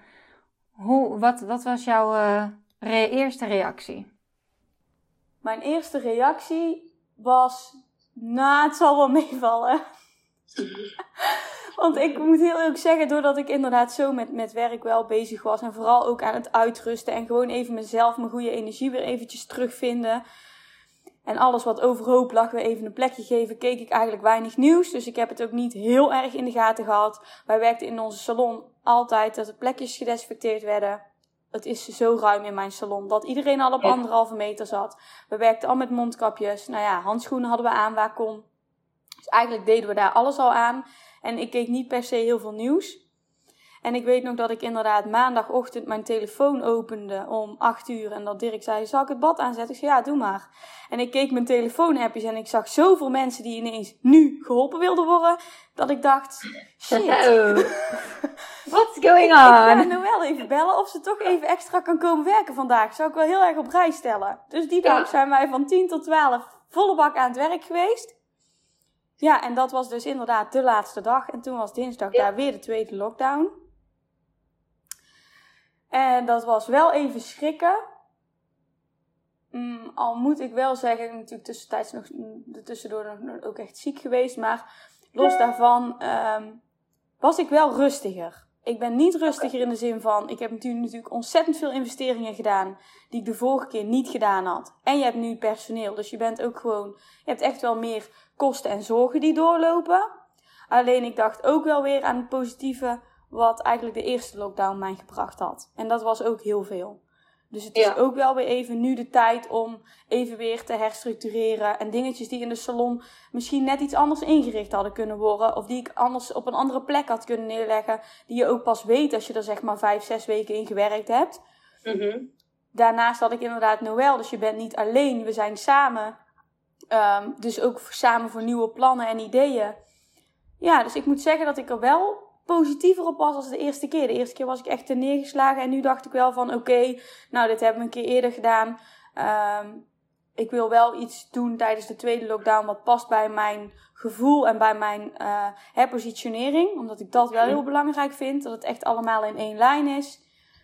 Wat was jouw eerste reactie? Mijn eerste reactie was, het zal wel meevallen. Want ik moet heel eerlijk zeggen, doordat ik inderdaad zo met werk wel bezig was. En vooral ook aan het uitrusten. En gewoon even mezelf, mijn goede energie weer eventjes terugvinden. En alles wat overhoop lag weer even een plekje geven. Keek ik eigenlijk weinig nieuws. Dus ik heb het ook niet heel erg in de gaten gehad. Wij werkten in onze salon altijd dat de plekjes gedesinfecteerd werden. Het is zo ruim in mijn salon dat iedereen al op 1,5 meter zat. We werkten al met mondkapjes. Nou ja, handschoenen hadden we aan waar kon. Dus eigenlijk deden we daar alles al aan. En ik keek niet per se heel veel nieuws. En ik weet nog dat ik inderdaad maandagochtend mijn telefoon opende om 8:00. En dat Dirk zei, zal ik het bad aanzetten? Ik zei, ja, doe maar. En ik keek mijn telefoonappjes en ik zag zoveel mensen die ineens nu geholpen wilden worden. Dat ik dacht, shit. What's going on? Ik ga Noël even bellen of ze toch even extra kan komen werken vandaag. Zou ik wel heel erg op prijs stellen. Dus die dag zijn wij van 10 tot 12 volle bak aan het werk geweest. Ja, en dat was dus inderdaad de laatste dag. En toen was dinsdag daar weer de tweede lockdown. En dat was wel even schrikken. Al moet ik wel zeggen, natuurlijk tussentijds tussendoor nog ook echt ziek geweest. Maar los daarvan was ik wel rustiger. Ik ben niet rustiger in de zin van, ik heb natuurlijk ontzettend veel investeringen gedaan die ik de vorige keer niet gedaan had. En je hebt nu personeel, dus je bent ook gewoon, je hebt echt wel meer kosten en zorgen die doorlopen. Alleen ik dacht ook wel weer aan het positieve wat eigenlijk de eerste lockdown mij gebracht had. En dat was ook heel veel. Dus het is ook wel weer even nu de tijd om even weer te herstructureren. En dingetjes die in de salon misschien net iets anders ingericht hadden kunnen worden. Of die ik anders op een andere plek had kunnen neerleggen. Die je ook pas weet als je er zeg maar 5-6 weken in gewerkt hebt. Mm-hmm. Daarnaast had ik inderdaad Noël. Dus je bent niet alleen. We zijn samen. Dus ook samen voor nieuwe plannen en ideeën. Ja, dus ik moet zeggen dat ik er wel positiever op was als de eerste keer. De eerste keer was ik echt neergeslagen. En nu dacht ik wel van oké, nou dit hebben we een keer eerder gedaan. Ik wil wel iets doen tijdens de tweede lockdown wat past bij mijn gevoel en bij mijn herpositionering. Omdat ik dat wel heel belangrijk vind. Dat het echt allemaal in één lijn is.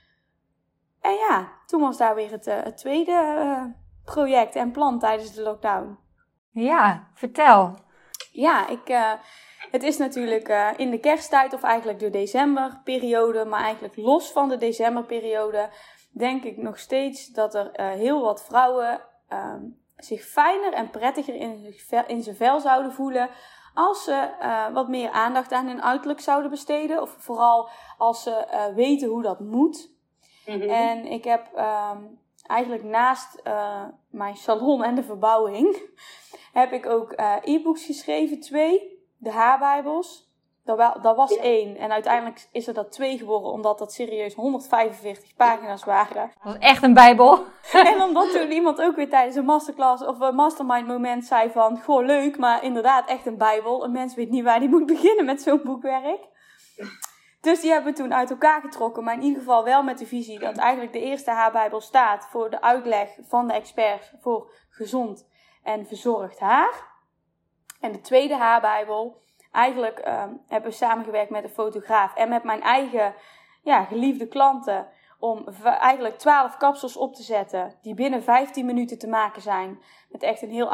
En ja, toen was daar weer het tweede project en plan tijdens de lockdown. Ja, vertel. Ja, het is natuurlijk in de kersttijd of eigenlijk de decemberperiode, maar eigenlijk los van de decemberperiode, denk ik nog steeds dat er heel wat vrouwen zich fijner en prettiger in zijn vel zouden voelen als ze wat meer aandacht aan hun uiterlijk zouden besteden. Of vooral als ze weten hoe dat moet. Mm-hmm. En ik heb eigenlijk naast mijn salon en de verbouwing heb ik ook e-books geschreven, 2. De haarbijbels. Dat was 1. En uiteindelijk is er dat 2 geworden, omdat dat serieus 145 pagina's waren. Dat was echt een bijbel. En omdat toen iemand ook weer tijdens een masterclass of een mastermind moment zei van, goh leuk, maar inderdaad echt een bijbel. Een mens weet niet waar die moet beginnen met zo'n boekwerk. Dus die hebben we toen uit elkaar getrokken, maar in ieder geval wel met de visie dat eigenlijk de eerste haarbijbel staat voor de uitleg van de experts voor gezond en verzorgd haar. En de tweede haarbijbel, eigenlijk hebben we samengewerkt met een fotograaf en met mijn eigen geliefde klanten om eigenlijk 12 kapsels op te zetten die binnen 15 minuten te maken zijn. Met echt een heel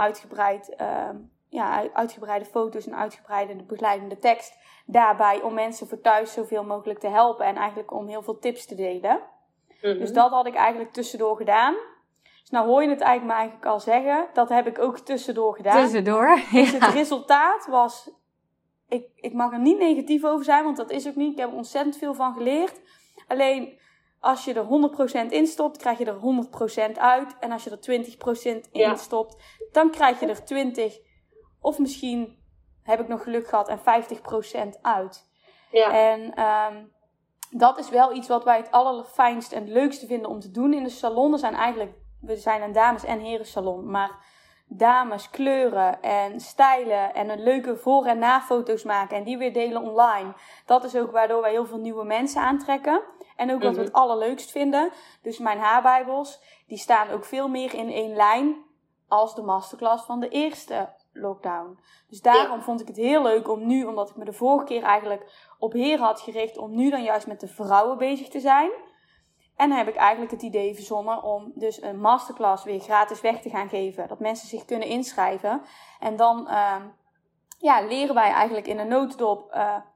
uitgebreide foto's en uitgebreide begeleidende tekst daarbij om mensen voor thuis zoveel mogelijk te helpen en eigenlijk om heel veel tips te delen. Mm-hmm. Dus dat had ik eigenlijk tussendoor gedaan. Dus nou hoor je het eigenlijk al zeggen. Dat heb ik ook tussendoor gedaan. Tussendoor, Dus het resultaat was, ik mag er niet negatief over zijn, want dat is ook niet. Ik heb er ontzettend veel van geleerd. Alleen, als je er 100% in stopt, krijg je er 100% uit. En als je er 20% in stopt, dan krijg je er 20%. Of misschien heb ik nog geluk gehad en 50% uit. Ja. En dat is wel iets wat wij het allerfijnst en het leukste vinden om te doen in de salon. We zijn een dames- en herensalon, maar dames kleuren en stijlen en een leuke voor- en na-foto's maken en die weer delen online. Dat is ook waardoor wij heel veel nieuwe mensen aantrekken. En ook wat we het allerleukst vinden. Dus mijn haarbijbels, die staan ook veel meer in één lijn als de masterclass van de eerste lockdown. Dus daarom vond ik het heel leuk om nu, omdat ik me de vorige keer eigenlijk op heren had gericht, om nu dan juist met de vrouwen bezig te zijn. En dan heb ik eigenlijk het idee verzonnen om dus een masterclass weer gratis weg te gaan geven. Dat mensen zich kunnen inschrijven. En dan leren wij eigenlijk in een notendop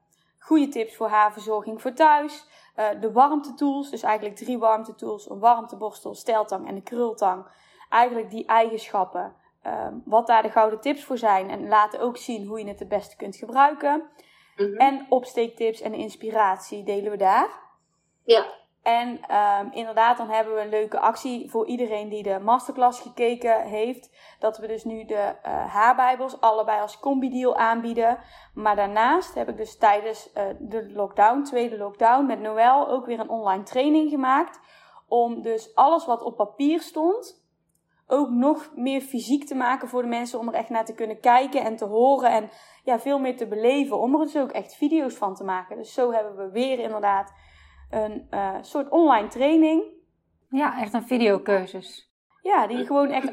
goede tips voor haarverzorging voor thuis. De warmtetools, dus eigenlijk 3 warmtetools. Een warmteborstel, steltang en een krultang. Eigenlijk die eigenschappen. Wat daar de gouden tips voor zijn. En laten ook zien hoe je het beste kunt gebruiken. Mm-hmm. En opsteektips en inspiratie delen we daar. Ja. En inderdaad, dan hebben we een leuke actie voor iedereen die de masterclass gekeken heeft. Dat we dus nu de haarbijbels allebei als combi-deal aanbieden. Maar daarnaast heb ik dus tijdens de lockdown, tweede lockdown, met Noël ook weer een online training gemaakt. Om dus alles wat op papier stond ook nog meer fysiek te maken voor de mensen. Om er echt naar te kunnen kijken en te horen en ja, veel meer te beleven. Om er dus ook echt video's van te maken. Dus zo hebben we weer inderdaad een soort online training. Ja, echt een videocursus. Ja, die gewoon echt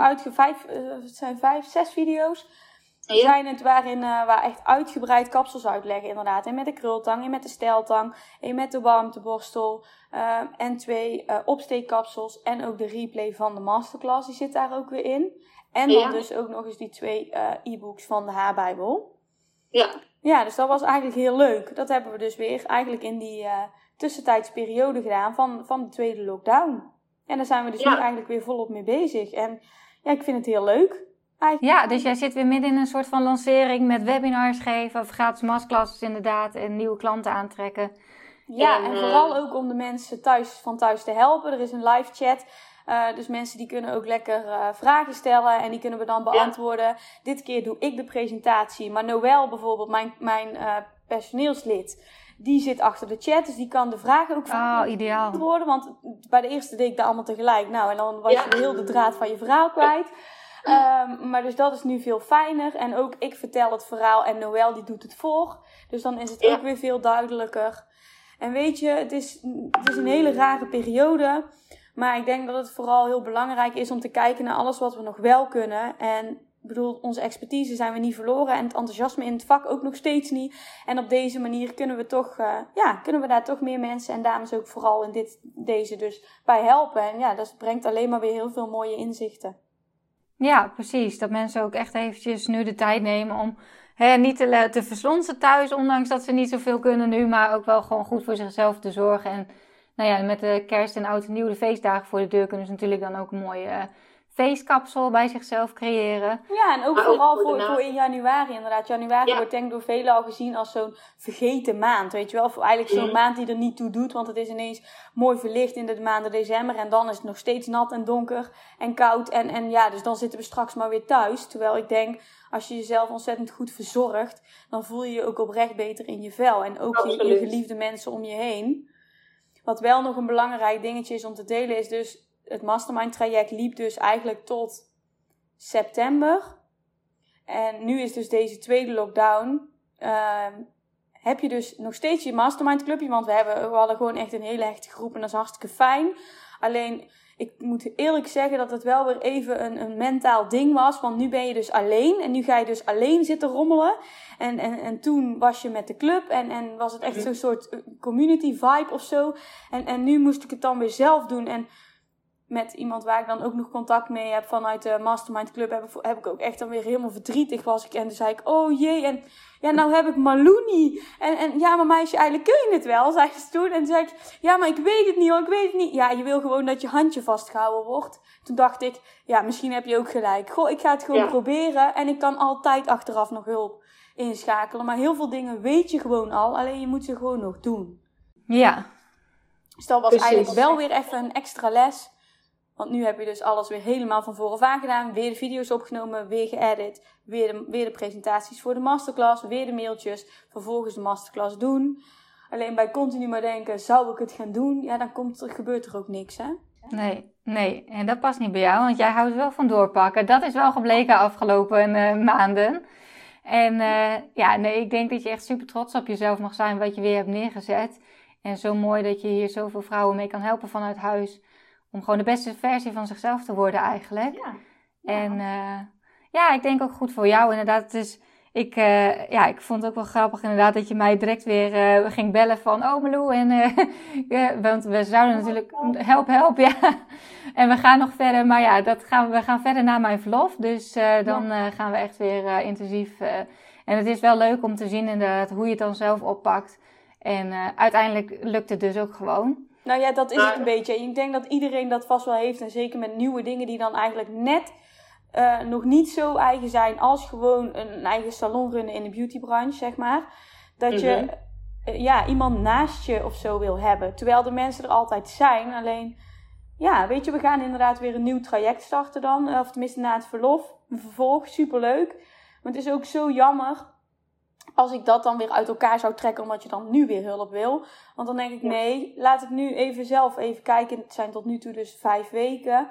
het zijn 5, 6 video's. Zijn het waar echt uitgebreid kapsels uitleggen inderdaad. En met de krultang, en met de steltang, en met de warmteborstel. En 2 opsteekkapsels. En ook de replay van de masterclass, die zit daar ook weer in. En dan dus ook nog eens die 2 e-books van de haarbijbel. Ja. Ja, dus dat was eigenlijk heel leuk. Dat hebben we dus weer eigenlijk in die tussentijdsperiode gedaan van de tweede lockdown. En daar zijn we dus nu eigenlijk weer volop mee bezig. En ja, ik vind het heel leuk. Eigenlijk. Ja, dus jij zit weer midden in een soort van lancering met webinars geven, of gratis masterclasses inderdaad, en nieuwe klanten aantrekken. Ja, en vooral ook om de mensen van thuis te helpen. Er is een live chat. Dus mensen die kunnen ook lekker vragen stellen en die kunnen we dan beantwoorden. Ja. Dit keer doe ik de presentatie. Maar Noël bijvoorbeeld, mijn personeelslid, die zit achter de chat. Dus die kan de vragen ook beantwoorden. Want bij de eerste deed ik dat allemaal tegelijk. Nou, en dan was je heel de draad van je verhaal kwijt. Maar dus dat is nu veel fijner. En ook ik vertel het verhaal en Noël die doet het voor. Dus dan is het ook weer veel duidelijker. En weet je, het is een hele rare periode. Maar ik denk dat het vooral heel belangrijk is om te kijken naar alles wat we nog wel kunnen. En ik bedoel, onze expertise zijn we niet verloren. En het enthousiasme in het vak ook nog steeds niet. En op deze manier kunnen we daar toch meer mensen en dames ook vooral in deze dus bij helpen. En ja, dat brengt alleen maar weer heel veel mooie inzichten. Ja, precies. Dat mensen ook echt eventjes nu de tijd nemen om niet te verslonsen thuis, ondanks dat ze niet zoveel kunnen nu, maar ook wel gewoon goed voor zichzelf te zorgen. En nou ja, met de kerst en oud en nieuw, de feestdagen voor de deur, kunnen ze natuurlijk dan ook een mooie feestkapsel bij zichzelf creëren. Ja, en ook vooral voor in januari inderdaad. Januari wordt denk ik door velen al gezien als zo'n vergeten maand, weet je wel. Of eigenlijk zo'n maand die er niet toe doet, want het is ineens mooi verlicht in de maanden december. En dan is het nog steeds nat en donker en koud. En ja, dus dan zitten we straks maar weer thuis. Terwijl ik denk, als je jezelf ontzettend goed verzorgt, dan voel je je ook oprecht beter in je vel. En ook je geliefde mensen om je heen. Wat wel nog een belangrijk dingetje is om te delen is dus, het mastermind traject liep dus eigenlijk tot september. En nu is dus deze tweede lockdown. Heb je dus nog steeds je mastermind clubje. Want we hadden gewoon echt een hele hechte groep. En dat is hartstikke fijn. Alleen, ik moet eerlijk zeggen dat het wel weer even een mentaal ding was. Want nu ben je dus alleen. En nu ga je dus alleen zitten rommelen. En toen was je met de club. En was het echt zo'n soort community vibe of zo. En nu moest ik het dan weer zelf doen. En met iemand waar ik dan ook nog contact mee heb vanuit de Mastermind Club, heb ik ook echt dan weer helemaal verdrietig was ik. En toen zei ik, oh jee, en ja, nou heb ik Maluni. En ja, maar meisje, eigenlijk kun je het wel, zei ze toen. En toen zei ik, ja, maar ik weet het niet hoor, ik weet het niet. Ja, je wil gewoon dat je handje vastgehouden wordt. Toen dacht ik, ja, misschien heb je ook gelijk. Goh, ik ga het gewoon proberen en ik kan altijd achteraf nog hulp inschakelen. Maar heel veel dingen weet je gewoon al, alleen je moet ze gewoon nog doen. Ja. Dus dat was eigenlijk wel weer even een extra les. Want nu heb je dus alles weer helemaal van vooraf aan gedaan. Weer de video's opgenomen, weer geëdit. Weer de presentaties voor de masterclass. Weer de mailtjes. Vervolgens de masterclass doen. Alleen bij continu maar denken, zou ik het gaan doen? Ja, dan gebeurt er ook niks, hè? Nee. En dat past niet bij jou, want jij houdt wel van doorpakken. Dat is wel gebleken afgelopen maanden. En ik denk dat je echt super trots op jezelf mag zijn wat je weer hebt neergezet. En zo mooi dat je hier zoveel vrouwen mee kan helpen vanuit huis. Om gewoon de beste versie van zichzelf te worden eigenlijk. Ja. En ik denk ook goed voor jou inderdaad. Dus ik vond het ook wel grappig inderdaad dat je mij direct weer ging bellen van oh Malou. En want we zouden natuurlijk help ja. En we gaan nog verder. Maar ja, we gaan verder na mijn verlof. Dus dan gaan we echt weer intensief. En het is wel leuk om te zien inderdaad hoe je het dan zelf oppakt. En uiteindelijk lukt het dus ook gewoon. Nou ja, dat is het een beetje. Ik denk dat iedereen dat vast wel heeft. En zeker met nieuwe dingen die dan eigenlijk net nog niet zo eigen zijn als gewoon een eigen salon runnen in de beautybranche, zeg maar. Dat je iemand naast je of zo wil hebben. Terwijl de mensen er altijd zijn. Alleen, ja, weet je, we gaan inderdaad weer een nieuw traject starten dan. Of tenminste na het verlof. Een vervolg, superleuk. Maar het is ook zo jammer als ik dat dan weer uit elkaar zou trekken, omdat je dan nu weer hulp wil. Want dan denk ik, nee, laat ik nu even kijken. Het zijn tot nu toe dus 5 weken.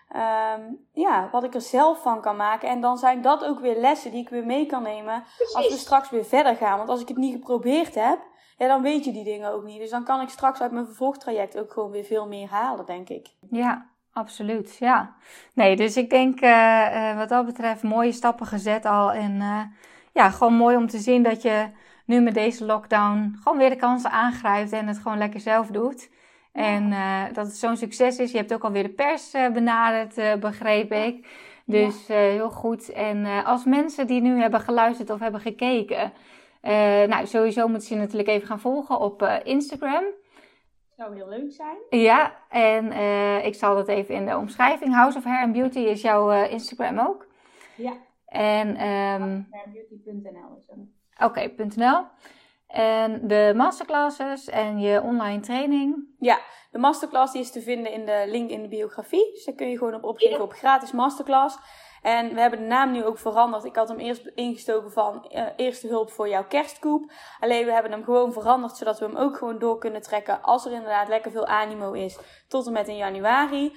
Wat ik er zelf van kan maken. En dan zijn dat ook weer lessen die ik weer mee kan nemen. Precies. Als we straks weer verder gaan. Want als ik het niet geprobeerd heb, dan weet je die dingen ook niet. Dus dan kan ik straks uit mijn vervolgtraject ook gewoon weer veel meer halen, denk ik. Ja, absoluut. Ja. Nee, dus ik denk wat dat betreft mooie stappen gezet al. En gewoon mooi om te zien dat je nu met deze lockdown gewoon weer de kansen aangrijpt en het gewoon lekker zelf doet. En dat het zo'n succes is. Je hebt ook alweer de pers benaderd, begreep ik. Dus heel goed. En als mensen die nu hebben geluisterd of hebben gekeken, sowieso moeten ze je natuurlijk even gaan volgen op Instagram. Zou heel leuk zijn. Ja, en ik zal dat even in de omschrijving. House of Hair and Beauty is jouw Instagram ook. Ja. En houseofhairandbeauty.nl is hem. Oké, .nl. En de masterclasses en je online training? Ja, de masterclass die is te vinden in de link in de biografie. Dus daar kun je gewoon op opgeven op gratis masterclass. En we hebben de naam nu ook veranderd. Ik had hem eerst ingestoken van eerste hulp voor jouw kerstkoep. Alleen we hebben hem gewoon veranderd, zodat we hem ook gewoon door kunnen trekken als er inderdaad lekker veel animo is. Tot en met in januari.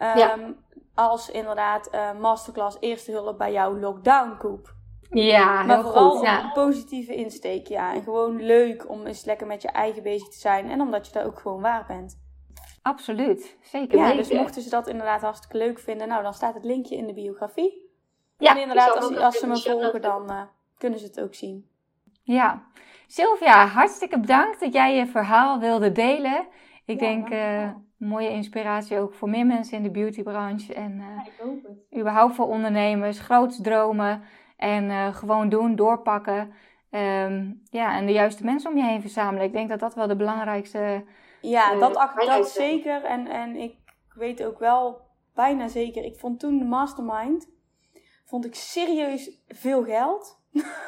Als inderdaad masterclass eerste hulp bij jouw lockdownkoep. Ja, maar heel vooral goed. Ja. een positieve insteek, ja. En gewoon leuk om eens lekker met je eigen bezig te zijn. En omdat je daar ook gewoon waar bent. Absoluut, zeker Ja, weten. dus mochten ze dat inderdaad hartstikke leuk vinden, nou dan staat het linkje in de biografie. Ja, en inderdaad, als ze me volgen, dan kunnen ze het ook zien. Ja, Sylvia, hartstikke bedankt dat jij je verhaal wilde delen. Ik denk mooie inspiratie ook voor meer mensen in de beautybranche. En ik hoop het. Überhaupt voor ondernemers, groots dromen en gewoon doen, doorpakken. En de juiste mensen om je heen verzamelen. Ik denk dat dat wel de belangrijkste... Ja, dat zeker. En ik weet ook wel bijna zeker. Ik vond toen de mastermind, vond ik serieus veel geld.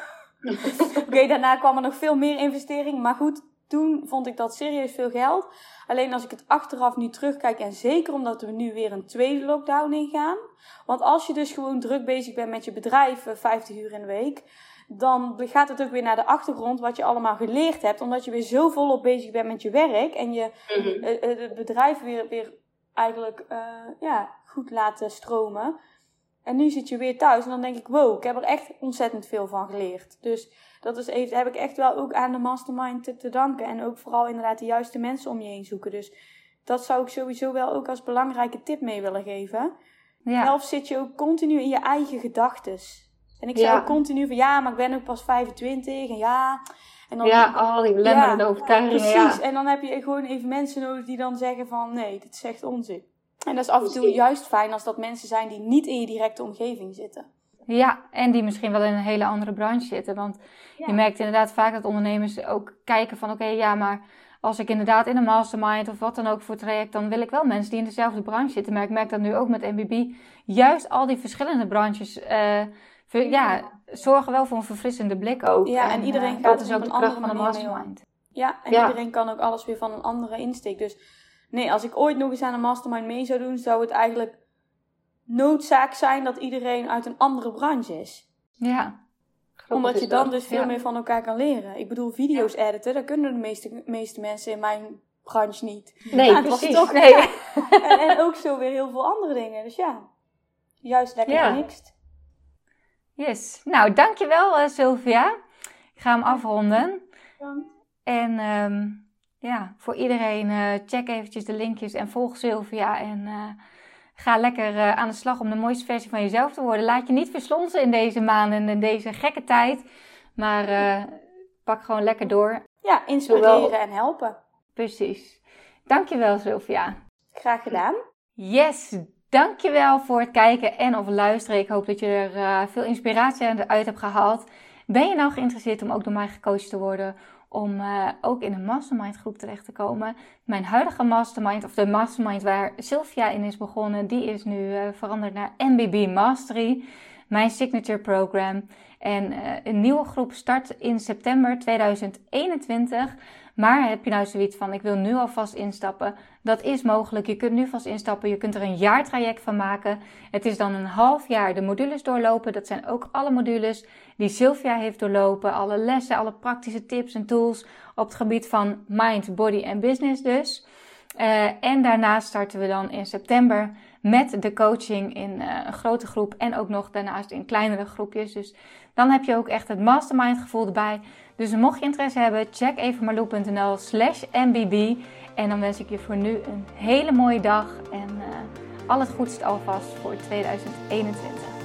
Oké, daarna kwam er nog veel meer investering. Maar goed, toen vond ik dat serieus veel geld. Alleen als ik het achteraf nu terugkijk, en zeker omdat we nu weer een tweede lockdown ingaan. Want als je dus gewoon druk bezig bent met je bedrijf, 50 uur in de week, dan gaat het ook weer naar de achtergrond wat je allemaal geleerd hebt. Omdat je weer zo volop bezig bent met je werk en je het bedrijf weer eigenlijk goed laten stromen. En nu zit je weer thuis en dan denk ik, wow, ik heb er echt ontzettend veel van geleerd. Dus heb ik echt wel ook aan de mastermind te danken. En ook vooral inderdaad de juiste mensen om je heen zoeken. Dus dat zou ik sowieso wel ook als belangrijke tip mee willen geven. Ja. Zelf zit je ook continu in je eigen gedachtes. En ik zei ook continu van, maar ik ben ook pas 25 en En dan, al die belemmerende overtuigingen. Precies, en dan heb je gewoon even mensen nodig die dan zeggen van, nee, dit is echt onzin. En dat is af en toe juist fijn als dat mensen zijn die niet in je directe omgeving zitten. Ja, en die misschien wel in een hele andere branche zitten. Want je merkt inderdaad vaak dat ondernemers ook kijken van, maar als ik inderdaad in een mastermind of wat dan ook voor traject, dan wil ik wel mensen die in dezelfde branche zitten. Maar ik merk dat nu ook met MBB, juist al die verschillende branches zorgen wel voor een verfrissende blik ook. Ja, en iedereen gaat dus ook de kracht van de mastermind. Ja, en iedereen kan ook alles weer van een andere insteek. Dus nee, als ik ooit nog eens aan een mastermind mee zou doen, zou het eigenlijk noodzaak zijn dat iedereen uit een andere branche is. Ja. Omdat je dan dus veel meer van elkaar kan leren. Ik bedoel, video's editen, dat kunnen de meeste mensen in mijn branche niet. Nee, precies. Toch, nee. En ook zo weer heel veel andere dingen. Dus juist lekker gemixt. Yes. Nou, dankjewel Sylvia. Ik ga hem afronden. Bedankt. En voor iedereen check eventjes de linkjes en volg Sylvia. En ga lekker aan de slag om de mooiste versie van jezelf te worden. Laat je niet verslonsen in deze maanden en in deze gekke tijd. Maar pak gewoon lekker door. Ja, inspireren en helpen. Precies. Dankjewel Sylvia. Graag gedaan. Yes, dankjewel voor het kijken en of luisteren. Ik hoop dat je er veel inspiratie uit hebt gehaald. Ben je nou geïnteresseerd om ook door mij gecoacht te worden? om ook in een mastermind groep terecht te komen. Mijn huidige mastermind, of de mastermind waar Sylvia in is begonnen, die is nu veranderd naar MBB Mastery, mijn signature program. En een nieuwe groep start in september 2021. Maar heb je nou zoiets van, ik wil nu alvast instappen? Dat is mogelijk. Je kunt nu vast instappen. Je kunt er een jaartraject van maken. Het is dan een half jaar de modules doorlopen. Dat zijn ook alle modules die Sylvia heeft doorlopen. Alle lessen, alle praktische tips en tools op het gebied van mind, body en business dus. En daarna starten we dan in september met de coaching in een grote groep. En ook nog daarnaast in kleinere groepjes. Dus dan heb je ook echt het mastermind gevoel erbij. Dus mocht je interesse hebben, check even marloe.nl/mbb. En dan wens ik je voor nu een hele mooie dag. En al het goeds alvast voor 2021.